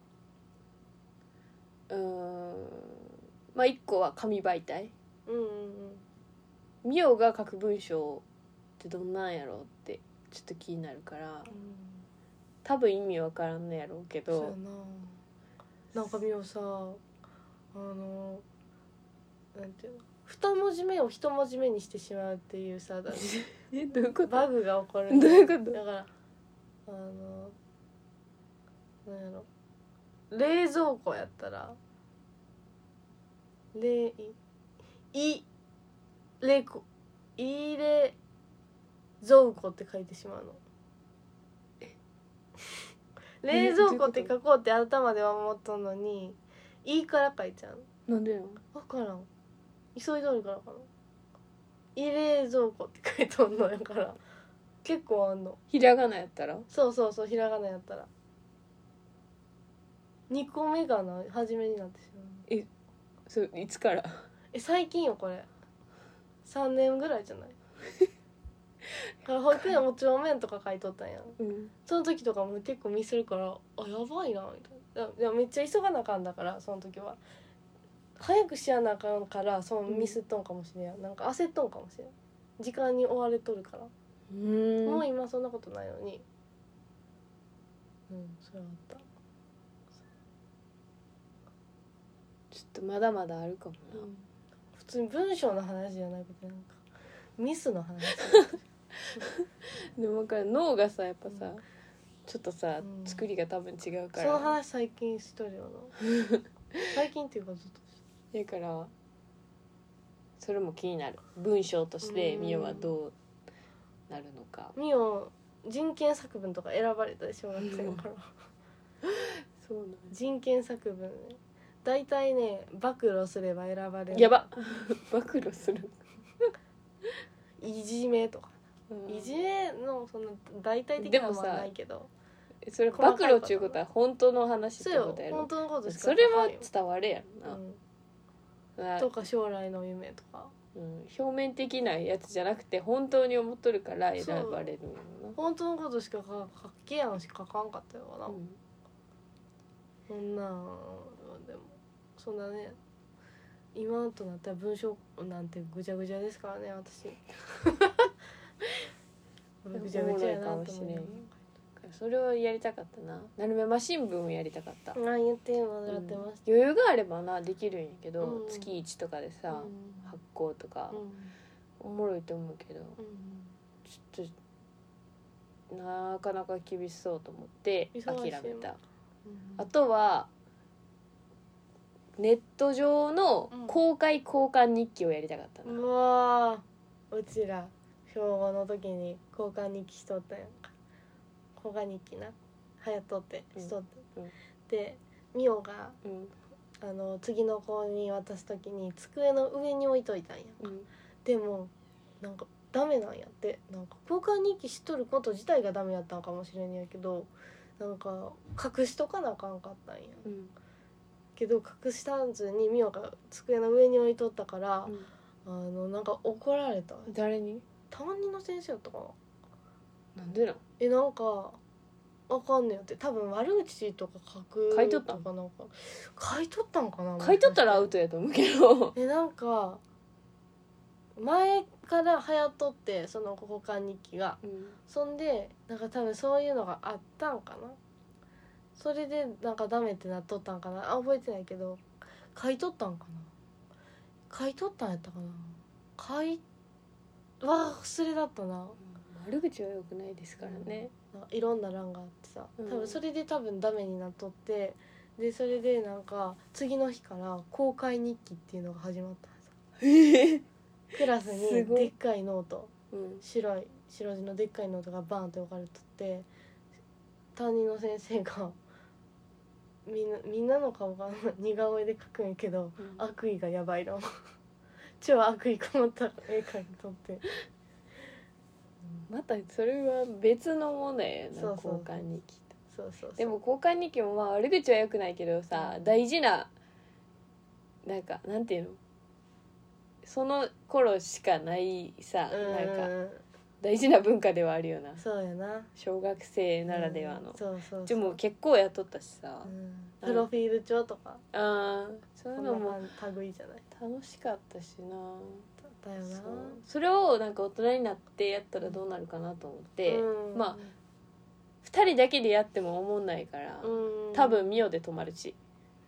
まあ一個は紙媒体。ミオが書く文章ってどんなんやろうってちょっと気になるから多分意味わからんのやろうけど、 そうやな。なんかみよさなんていうの二文字目を一文字目にしてしまうっていうさどういうことバグが起こるどういうことだからなんやろ冷蔵庫やったら冷蔵庫って書いてしまうの冷蔵庫って書こうって頭では思っとんのにいいから書いちゃうの。 なんでなの。 分からん急いどるからかな。冷蔵庫って書いとんのやから結構あんの。 ひらがなやったらそうひらがなやったら2個目がな初めになってしまう。 そういつから最近よこれ3年ぐらいじゃないから保育園お帳面とか書いとったんやん、その時とかも結構ミスるからやばいなみたいな。でもめっちゃ急がなあかんだからその時は早くしやなあかんからそのミスっとんかもしれん、なんか焦っとんかもしれん時間に追われとるから、もう今そんなことないのにそれはあった。 ちょっとまだまだあるかもな、 普通に文章の話じゃなくてなんかミスの話でも分かる脳がさやっぱさ、ちょっとさ、作りが多分違うからその話最近しとるよな最近っていうかずっとだからそれも気になる。文章としてミオはどうなるのか。 ミオ人権作文とか選ばれたで小学生の頃そうなん人権作文ね大体ね暴露すれば選ばれるやば暴露する、 いじめとか、 うんいじめのそんな大体的なのはないけどそれ暴露っていうことは本当の話ってそうよことやろ本当のことしかそれは書かんよ伝わるやろな、 とか将来の夢とかうん、表面的なやつじゃなくて本当に思っとるから選ばれるんやろな本当のことしか書けやんし書かんかったよな、 うんそんなんでもそんなね今となったら文章なんてぐちゃぐちゃですからね私ぐちゃぐちゃやなと思いながらそれをやりたかったななるめま新聞をやりたかった、 何言ってもらってました、 余裕があればなできるんやけど、 うん月1とかでさ、 うん発行とか、 うんおもろいと思うけどちょっとなかなか厳しそうと思って諦め忙しいもんた。 うんあとはネット上の公開交換日記をやりたかったな、 うわーうちら小5の時に交換日記しとったやんか交換日記な流行っとってしとって、 うんでミオがうん次の子に渡す時に机の上に置いといたんやうんでもなんかダメなんやってなんか交換日記しとること自体がダメやったんかもしれんやけどなんか隠しとかなあかんかったんやうんけど隠したずにミオが机の上に置いとったからう、んなんか怒られた誰に担任の先生やったかななんでなんなんかわかんねえよって多分悪口とか書く書いとったんとかなんか書いとったんかな書いとったらアウトやと思うけどなんか前から流行っとってその交換日記がうんそんでなんか多分そういうのがあったんかなそれでなんかダメってなっとったんかな覚えてないけど書いとったんかな書いとったんやったかな忘れだったな悪口は良くないですからね、 なんかいろんな欄があってさうん多分それで多分ダメになっとってでそれでなんか次の日から公開日記っていうのが始まったんですよクラスすにごいでっかいノートうん白地のでっかいノートがバーンって置かれとって担任の先生がみんなの顔が似顔絵で描くんやけど、 うん悪意がやばいの超悪意こもった絵描いとってまたそれは別のものやなそうそう交換日記とそうでも交換日記もまあ悪口は良くないけどさ大事ななんかなんていうのその頃しかないさなんか大事な文化ではあるよなそうやな小学生ならではのそうでも結構やっとったしさプロフィール帳とかあーそういうのも類じゃない楽しかったしなだよなそれをなんか大人になってやったらどうなるかなと思ってまあ2人だけでやっても思んないから多分ミオで止まるし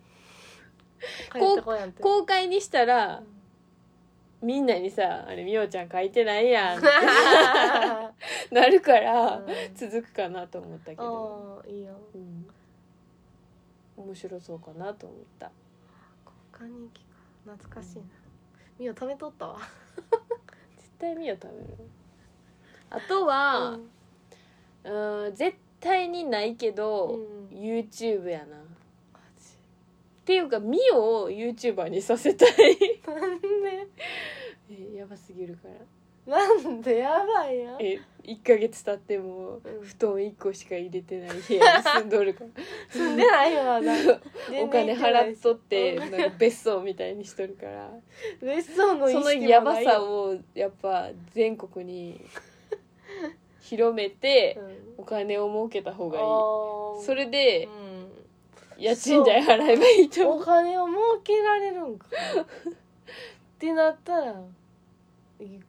公開にしたらみんなにさ「あれミオちゃん書いてないやん」ってなるから続くかなと思ったけどいいよ面白そうかなと思った交換日記か懐かしいなミオ食べとったわ絶対ミオ食べるあとは絶対にないけど YouTube やなっていうかミオを YouTuber にさせたいなんでやばすぎるからなんでやばいや 1ヶ月経っても布団1個しか入れてない部屋に住んどるから住んでないわなお金払っとってなんか別荘みたいにしとるから別荘の意識もないよそのヤバさをやっぱ全国に広めてお金を儲けた方がいいそれで家賃代払えばいいと思うお金を儲けられるんかってなったらいいか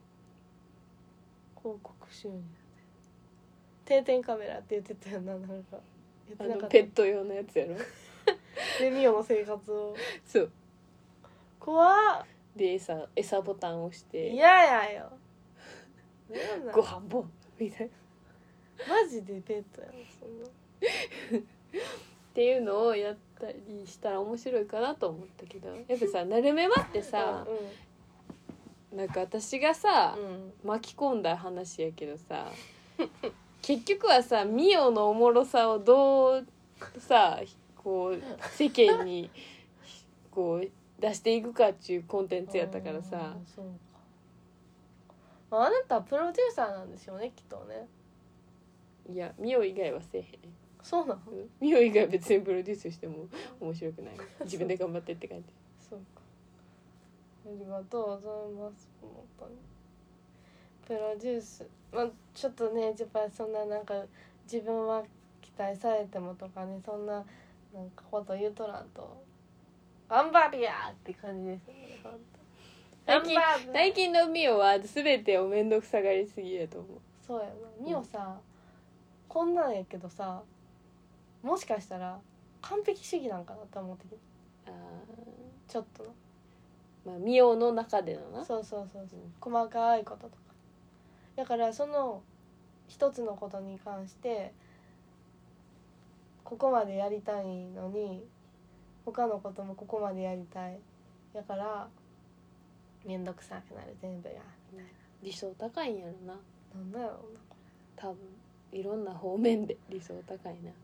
広告収入定点カメラって言ってたよななんか言ってなかったペット用のやつやろでミオの生活をそう怖っで餌ボタンを押して嫌やよなんなんご飯ボンみたいなマジでペットやんそんなっていうのをやったりしたら面白いかなと思ったけどやっぱさなるめまってさ、なんか私がさ、巻き込んだ話やけどさ結局はさミオのおもろさをどうさこう世間にこう出していくかっていうコンテンツやったからさ。 そうか。あなたはプロデューサーなんですよねきっとね。 いやミオ以外はせえへん。 そうなの。 ミオ以外は別にプロデュースしても面白くない。自分で頑張ってって感じ。 そうか。ありがとうございます。本当にプロデュース、まあちょっとねやっぱりそんななんか自分は期待されてもとかねそんななんかこと言うとらんと頑張りやーって感じですね。本当最近のミオは全てを面倒くさがりすぎやと思う。 そうやな。ミオさ、こんなんやけどさもしかしたら完璧主義なんかなって思ってきてあちょっとな。 まあミオの中でのな。 そうそうそうそう、細かいこととかだからその一つのことに関してここまでやりたいのに他のこともここまでやりたいだからめんどくさくなる全部がみたい理想高いんやろな。 な。なんだろうなこ多分いろんな方面で理想高いな。 れ。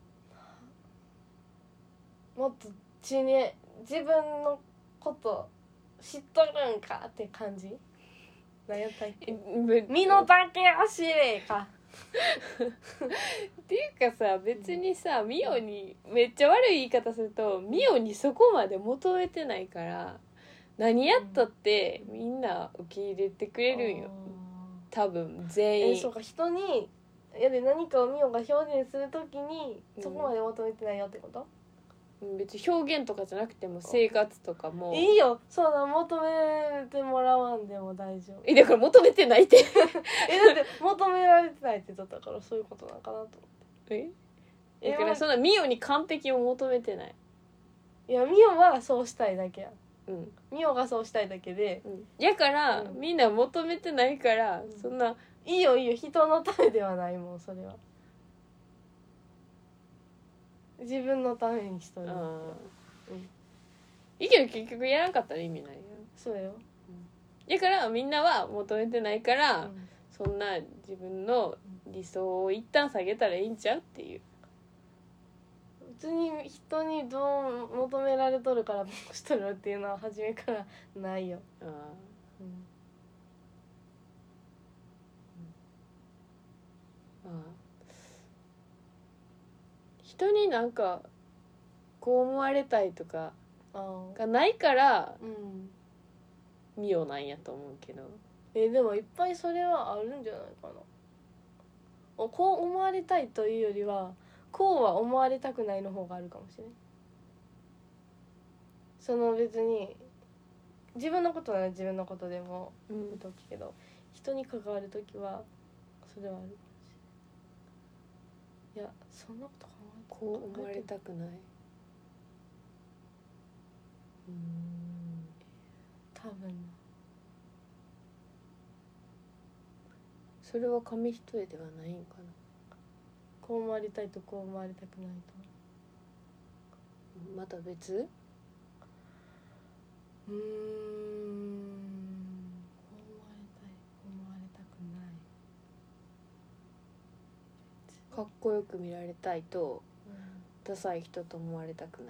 もっと自分のこと知っとるんかって感じ。何やったっけ。身の丈を知れか。 っていうかさ別にさミオにめっちゃ悪い言い方するとミオにそこまで求めてないから何やったってみんな受け入れてくれるんよ多分全員。 そうか。人にで何かをミオが表現するときにそこまで求めてないよってこと、 別に表現とかじゃなくても生活とかもいいよそんな求めてもらわんでも大丈夫。 だから求めてないってだって求められてないって言ったからそういうことなんかなと思ってだからそんなミオに完璧を求めてない。 いやミオはそうしたいだけや。 うんミオがそうしたいだけで、 やから、 うんみんな求めてないから、そんないいよ人のためではないもんそれは。自分のためにしとる。 いいけど結局やらんかったら意味ないよ。 そうよ。 だからみんなは求めてないから、そんな自分の理想を一旦下げたらいいんちゃうっていう。 別に人にどう求められとるからこうしとるっていうのは初めからないよ。 ああ人になんかこう思われたいとかがないからミオなんやと思うけど。 でもいっぱいそれはあるんじゃないかな。こう思われたいというよりはこうは思われたくないの方があるかもしれない。その別に自分のことなら自分のことでもいいときけど、人に関わるときはそれはあるかもしれない。いやそんなことこう思われたくない。 多分それは紙一重ではないんかな。 こう思われたいとこう思われたくないとまた別？ こう思われたいこう思われたくないかっこよく見られたいと、ダサい人と思われたくない。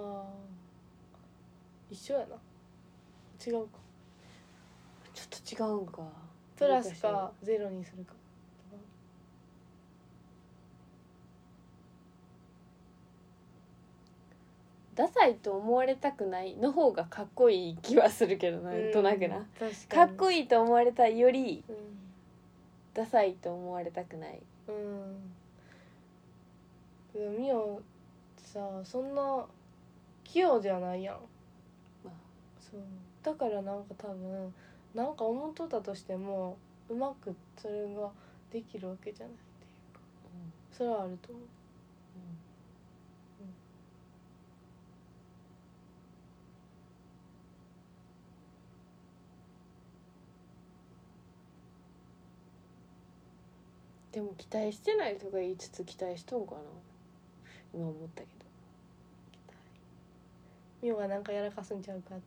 一緒やな。違うか。 ちょっと違うんか。 プラスかゼロにするか。 ダサいと思われたくないの方がかっこいい気はするけどなんとなくな。かっこいいと思われたいより、ダサいと思われたくない。 ミオさそんな器用じゃないやん。そうだからなんか多分なんか思っとったとしてもうまくそれができるわけじゃないっていうか、それはあると思う。 でも期待してないとか言いつつ期待しとんかな今思ったけど。 ミオがなんかやらかすんちゃうかって。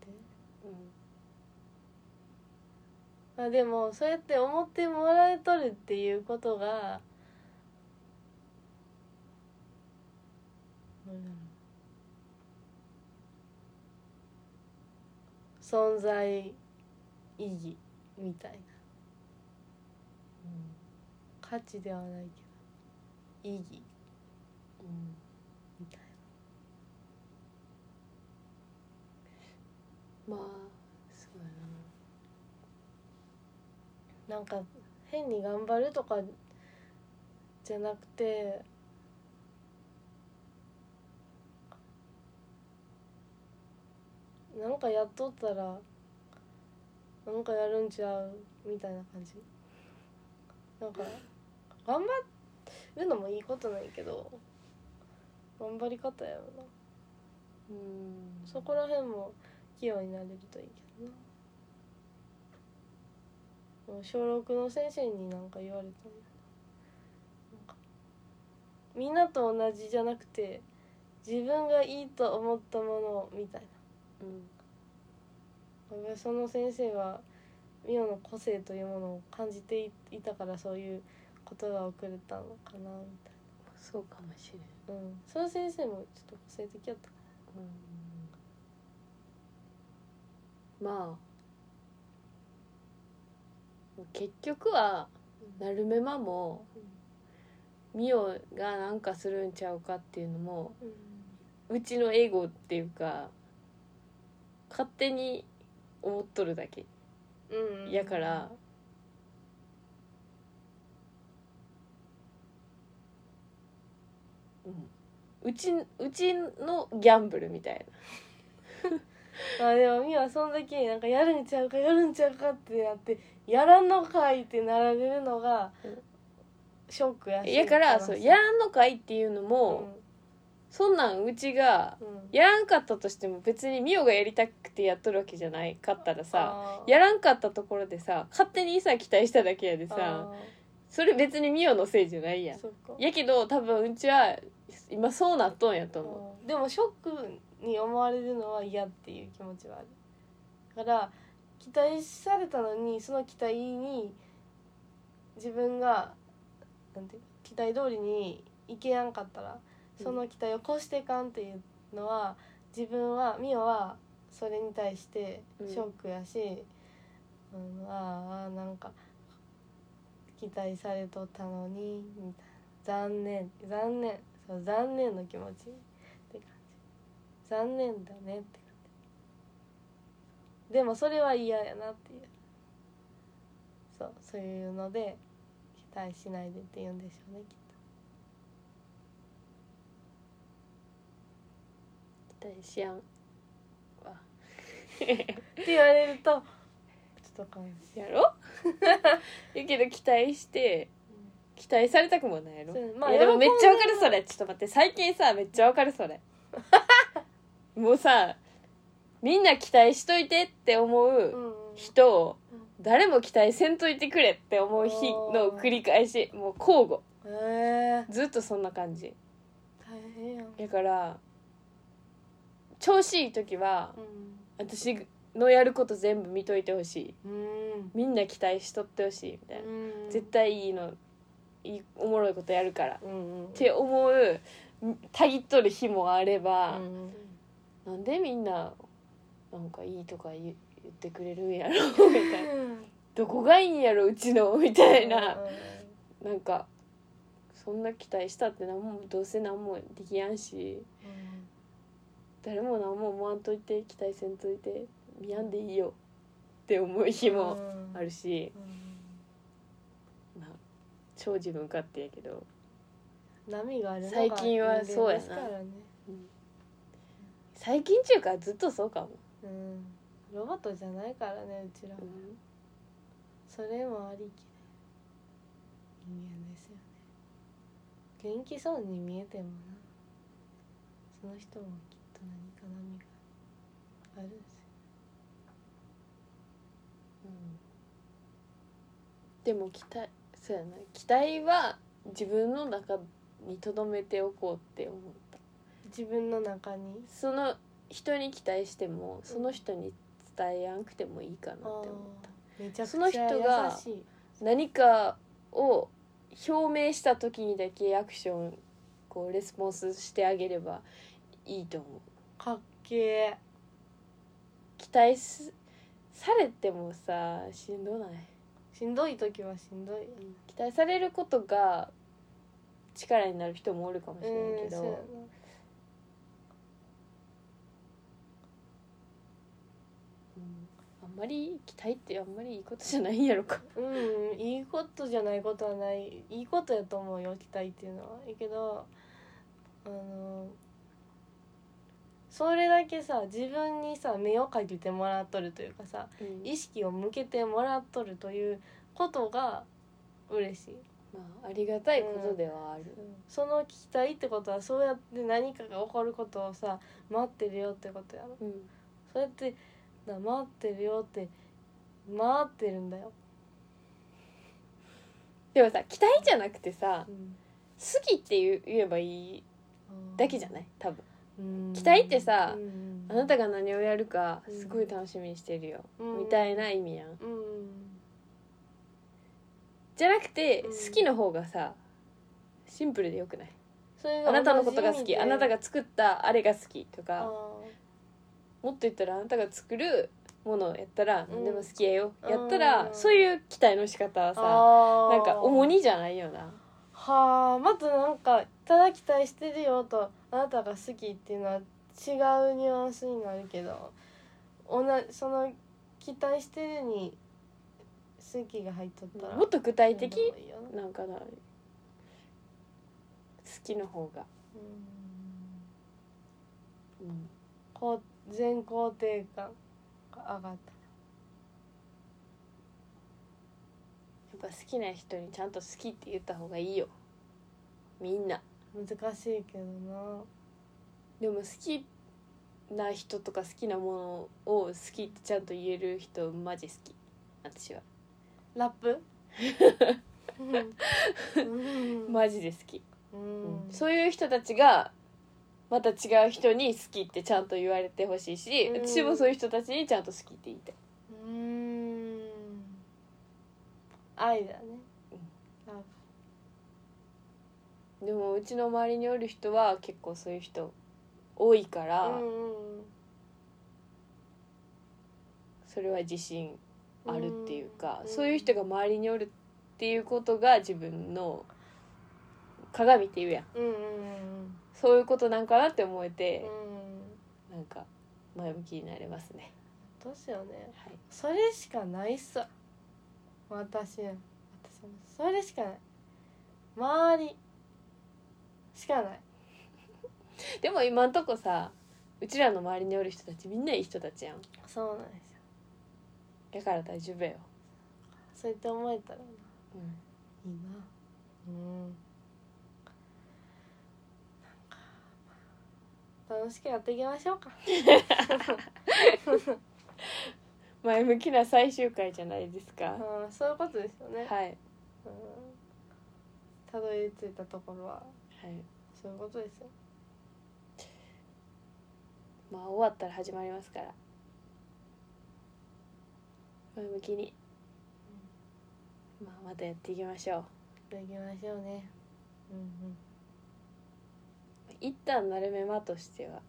でもそうやって思ってもらえとるっていうことが存在意義みたいな、価値ではないけど意義、みたいまあそうやな。なんか変に頑張るとかじゃなくて、なんかやっとったらなんかやるんちゃうみたいな感じ。なんか頑張るのもいいことないけど、頑張り方やろな。そこら辺も器用になれるといいけどな。もう小6の先生になんか言われたんや。なんかみんなと同じじゃなくて自分がいいと思ったものみたいな、その先生はミオの個性というものを感じていたからそういう言葉をくれたのかなみたいな。 そうかもしれん。 その先生もちょっと個性的やったかまあ結局はなるめまもミオがなんかするんちゃうかっていうのも、うちのエゴっていうか勝手に思っとるだけ、やから、うちのギャンブルみたいな。でもミオはその時なんかやるんちゃうかってやってやらんのかいってなられるのがショックやし、 やからそうやらんのかいっていうのも、そんなんうちがやらんかったとしても別にミオがやりたくてやっとるわけじゃないかったらさ、やらんかったところでさ勝手にさ期待しただけやでさ、それ別にミオのせいじゃないやん。やけど多分うちは今そうなっとんやと思う。でもショックに思われるのは嫌っていう気持ちはある。だから期待されたのにその期待に自分がなんて期待通りにいけやんかったら、その期待を越していかんっていうのは自分はミオはそれに対してショックやし、なんか期待されとったのにみたいな、残念そう残念の気持ちって感じ、残念だねって感じ。でもそれは嫌やなっていう、そういうので期待しないでって言うんでしょうね、きっう。期待しやんわって言われるとちょっとかもしやろやけど期待して期待されたくもないやろ、 まあ、 いやでもめっちゃわかるそれ。ちょっと待って、最近さめっちゃわかるそれもうさみんな期待しといてって思う人を、誰も期待せんといてくれって思う日の繰り返し、もう交互、ずっとそんな感じ。 大変やん。 だから調子いい時は、私のやること全部見といてほしい、みんな期待しとってほしいみたいな、絶対いいおもろいことやるから、って思うたぎっとる日もあれば、なんでみんななんかいいとか言ってくれるんやろみたいなどこがいいんやろうちのみたいな、なんかそんな期待したってどうせ何もできやんし、誰も何も思わんといて期待せんといて見やんでいいよって思う日もあるし、超自分勝手やけど波があるのが最近はそうやな、最近中からずっとそうかも、 ロボットじゃないからねうちらは、それもありきで人間ですよね。元気そうに見えてもな、その人もきっと何か波があるんですよ、 でもそうやな、期待は自分の中に留めておこうって思った。 自分の中にその人に期待してもその人に伝えやんくてもいいかなって思った。 めちゃくちゃその人が何かを表明した時にだけアクションこうレスポンスしてあげればいいと思う。 かっけえ。 期待されてもさしんどない？ しんどい時はしんどい。 期待されることが力になる人もおるかもしれんけど、 そうやな。 あんまり期待ってあんまりいいことじゃないんやろか。 いいことじゃないことはない。いいことやと思うよ、期待っていうのは。いいけどそれだけさ自分にさ目をかけてもらっとるというかさ、意識を向けてもらっとるということが嬉しい。 まあありがたいことではある。 その期待ってことはそうやって何かが起こることをさ待ってるよってことやろ。そうやって待ってるよって待ってるんだよ。 でもさ期待じゃなくてさ、好きって言えばいいだけじゃない？多分期待ってさ、あなたが何をやるかすごい楽しみにしてるよ、みたいな意味やん。じゃなくて、好きの方がさシンプルでよくない？あなたのことが好き、あなたが作ったあれが好きとか、もっと言ったらあなたが作るものをやったら何でも好きやよ、やったらそういう期待の仕方はさなんか重荷じゃないよな。 はあ、まずなんかただ期待してるよとあなたが好きっていうのは違うニュアンスになるけど、その期待してるに好きが入っとったらもっと具体的なんかな、好きの方がこう全肯定感が上がった。 やっぱ好きな人にちゃんと好きって言った方がいいよ、みんな。 難しいけどな。 でも好きな人とか好きなものを好きってちゃんと言える人マジ好き、私は。 ラップマジで好き、そういう人たちがまた違う人に好きってちゃんと言われてほしいし、私もそういう人たちにちゃんと好きって言いたい。 愛だね、 でもうちの周りにおる人は結構そういう人多いから、それは自信あるっていうか、そういう人が周りにおるっていうことが自分の鏡っていうやん、そういうことなんかなって思えて、なんか前向きになれますね。 どうしようね、 はい、 それしかないっす。私それしかない、周りしかない。 でも今んとこさ、うちらの周りにおる人たちみんないい人たちやん。 そうなんですよ。 だから大丈夫よ。 そうやって思えたらな、いいな。楽しくやっていきましょうか。 前向きな最終回じゃないですか。 そういうことですよね。 はい。 たどり着いたところは、 はい、 そういうことですよ。 まあ終わったら始まりますから、前向きに、まあ、またやっていきましょう。 やっていきましょうね。 一旦なるめまとしては、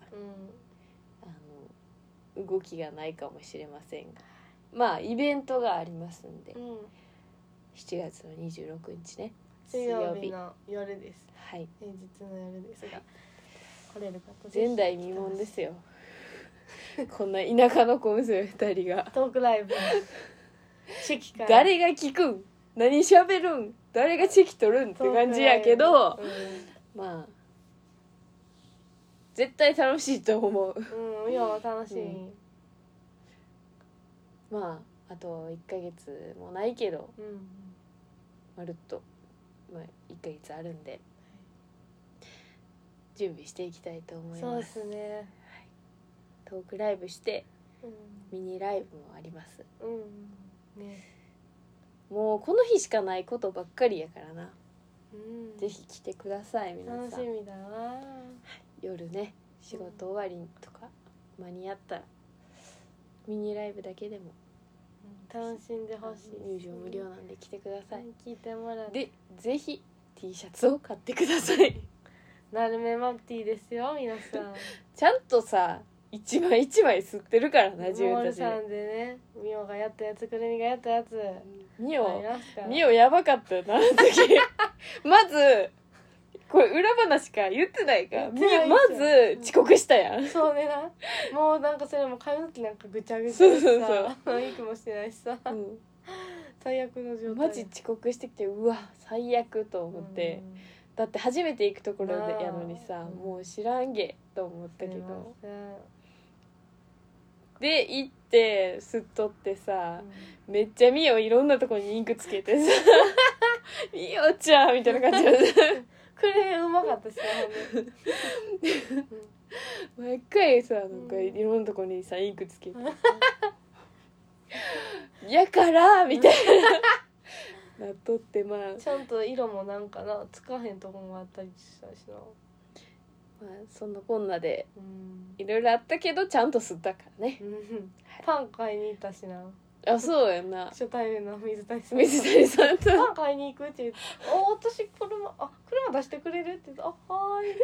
動きがないかもしれませんが、まあイベントがありますんで、7月の26日ね、 水曜日の夜です。 はい、 平日の夜ですが、来れる方前代未聞ですよ。こんな田舎の小娘2人がトークライブ誰が聞くん、何喋るん、誰がチェキ取るんって感じやけど、まあ絶対楽しいと思う。 いや楽しい、 まああと1ヶ月もないけど、まるっと、まあ、1ヶ月あるんで、準備していきたいと思います。 そうですね、はい、 トークライブして、ミニライブもあります、もうこの日しかないことばっかりやからな、ぜひ来てください皆さん。 楽しみだな。 夜ね、仕事終わりとか間に合ったらミニライブだけでも楽しんでほしい。 入場無料なんで来てください。 聞いてもらって、 でぜひ T シャツを買ってください。 なるめマッティですよ皆さん。 ちゃんとさ一枚一枚吸ってるからな自モー分たちで。 ルさんでね、ミオがやったやつ、くるみがやったやつミオありますから。 ミオやばかったよなあの時まずこれ裏話か言ってないか。 言ってないまず遅刻したやん。 そうねな、もうなんかそれも髪の毛なんかぐちゃぐちゃそうでそうそうさ、メイクもしてないしさ、 うん最悪の状態。 マジ遅刻してきてうわ最悪と思って、だって初めて行くところでやのにさ、 うんもう知らんげと思ったけすいまど、 せんで行って吸っとってさ、めっちゃミオいろんなとこにインクつけてさミオちゃんみたいな感じでクレーうまかったしなほんで毎回さなんかいろんなとこにさインクつけてやからみたいななっとって、まあちゃんと色もなんかなつかへんとこもあったりしたしな。 そんなこんなでうんいろいろあったけどちゃんと吸ったからね。 パン買いに行ったしな、 あそうやな。 初対面の水谷さん。 水谷さんとパン買いに行くって言って「あ私車出してくれる?」って言って「あはーい」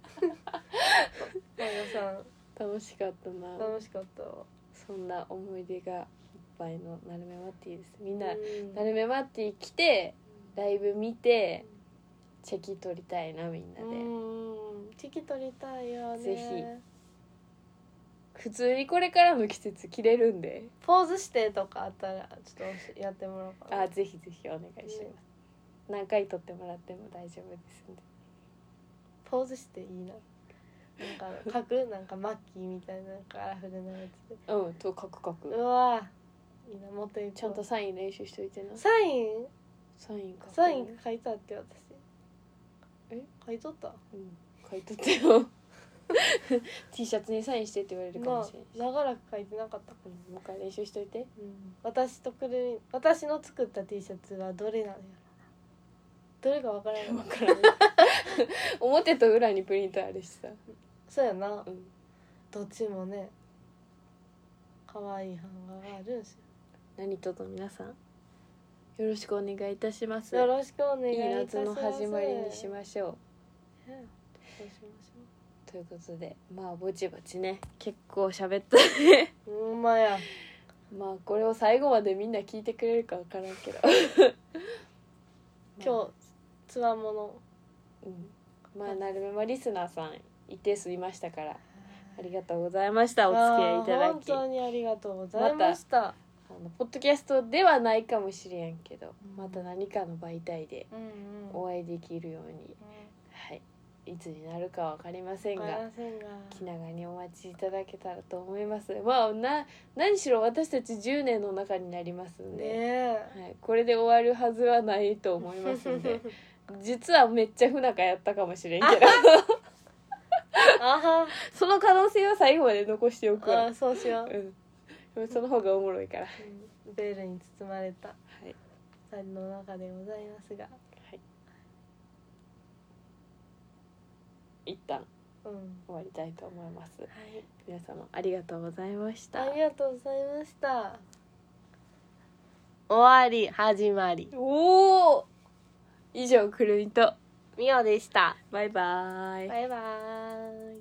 マヤさ楽しかったな。 ん楽しかったわ。 そんな思い出がいっぱいのなるめマッティです。みんな、 うんなるめマッティ来てライブ見てチェキ取りたいなみんなで、 チェキ取りたいよね。 ぜひ普通にこれからの季節着れるんで、 ポーズしてとかあったらちょっとやってもらおうかな。 ぜひぜひお願いします、何回撮ってもらっても大丈夫ですんで。 ポーズしていいな。なんか書くなんかマッキーみたいなカラフルなやつで。 と書くうわいいな、もっといい。 ちゃんとサイン練習しといてな。 サインサイン書くサイン書いたって私。書いとった書いとってよT シャツにサインしてって言われるかもしれないし、 長らく書いてなかったかもう一回練習しといて。 私の作った T シャツはどれなんやろな。どれかわからん分からん表と裏にプリントあるしさ、 そうやな、 うん、 どっちもね可愛い版画があるんす何卒皆さんよろしくお願いいたします。 よ。よろしくお願いいいいたします。 夏の始まりにしましょう。 そうしましということでまあぼちぼちね結構喋ったねょう。ほんまや。 まあこれを最後までみんな聞いてくれるか分からんけど今日つわもの。 まあなるめまリスナーさん一定数いましたからありがとうございました。お付き合いいただき、 本当にありがとうございました。 ポッドキャストではないかもしれんけど、また何かの媒体でお会いできるように、はい、いつになるか分かりませんが気長にお待ちいただけたらと思います。まあ何しろ私たち10年の中になりますんで、 ねはい、これで終わるはずはないと思いますんで実はめっちゃ不仲やったかもしれんけどあその可能性は最後まで残しておくわ。 そうしよう。 でもその方がおもろいから、 ベールに包まれたはい 2人の中でございますが、 一旦うん、 終わりたいと思います。 はい、 皆様ありがとうございました。 ありがとうございました。終わり始まりおお、以上くるみとみおでした。 バイバーイ。 バイバーイ。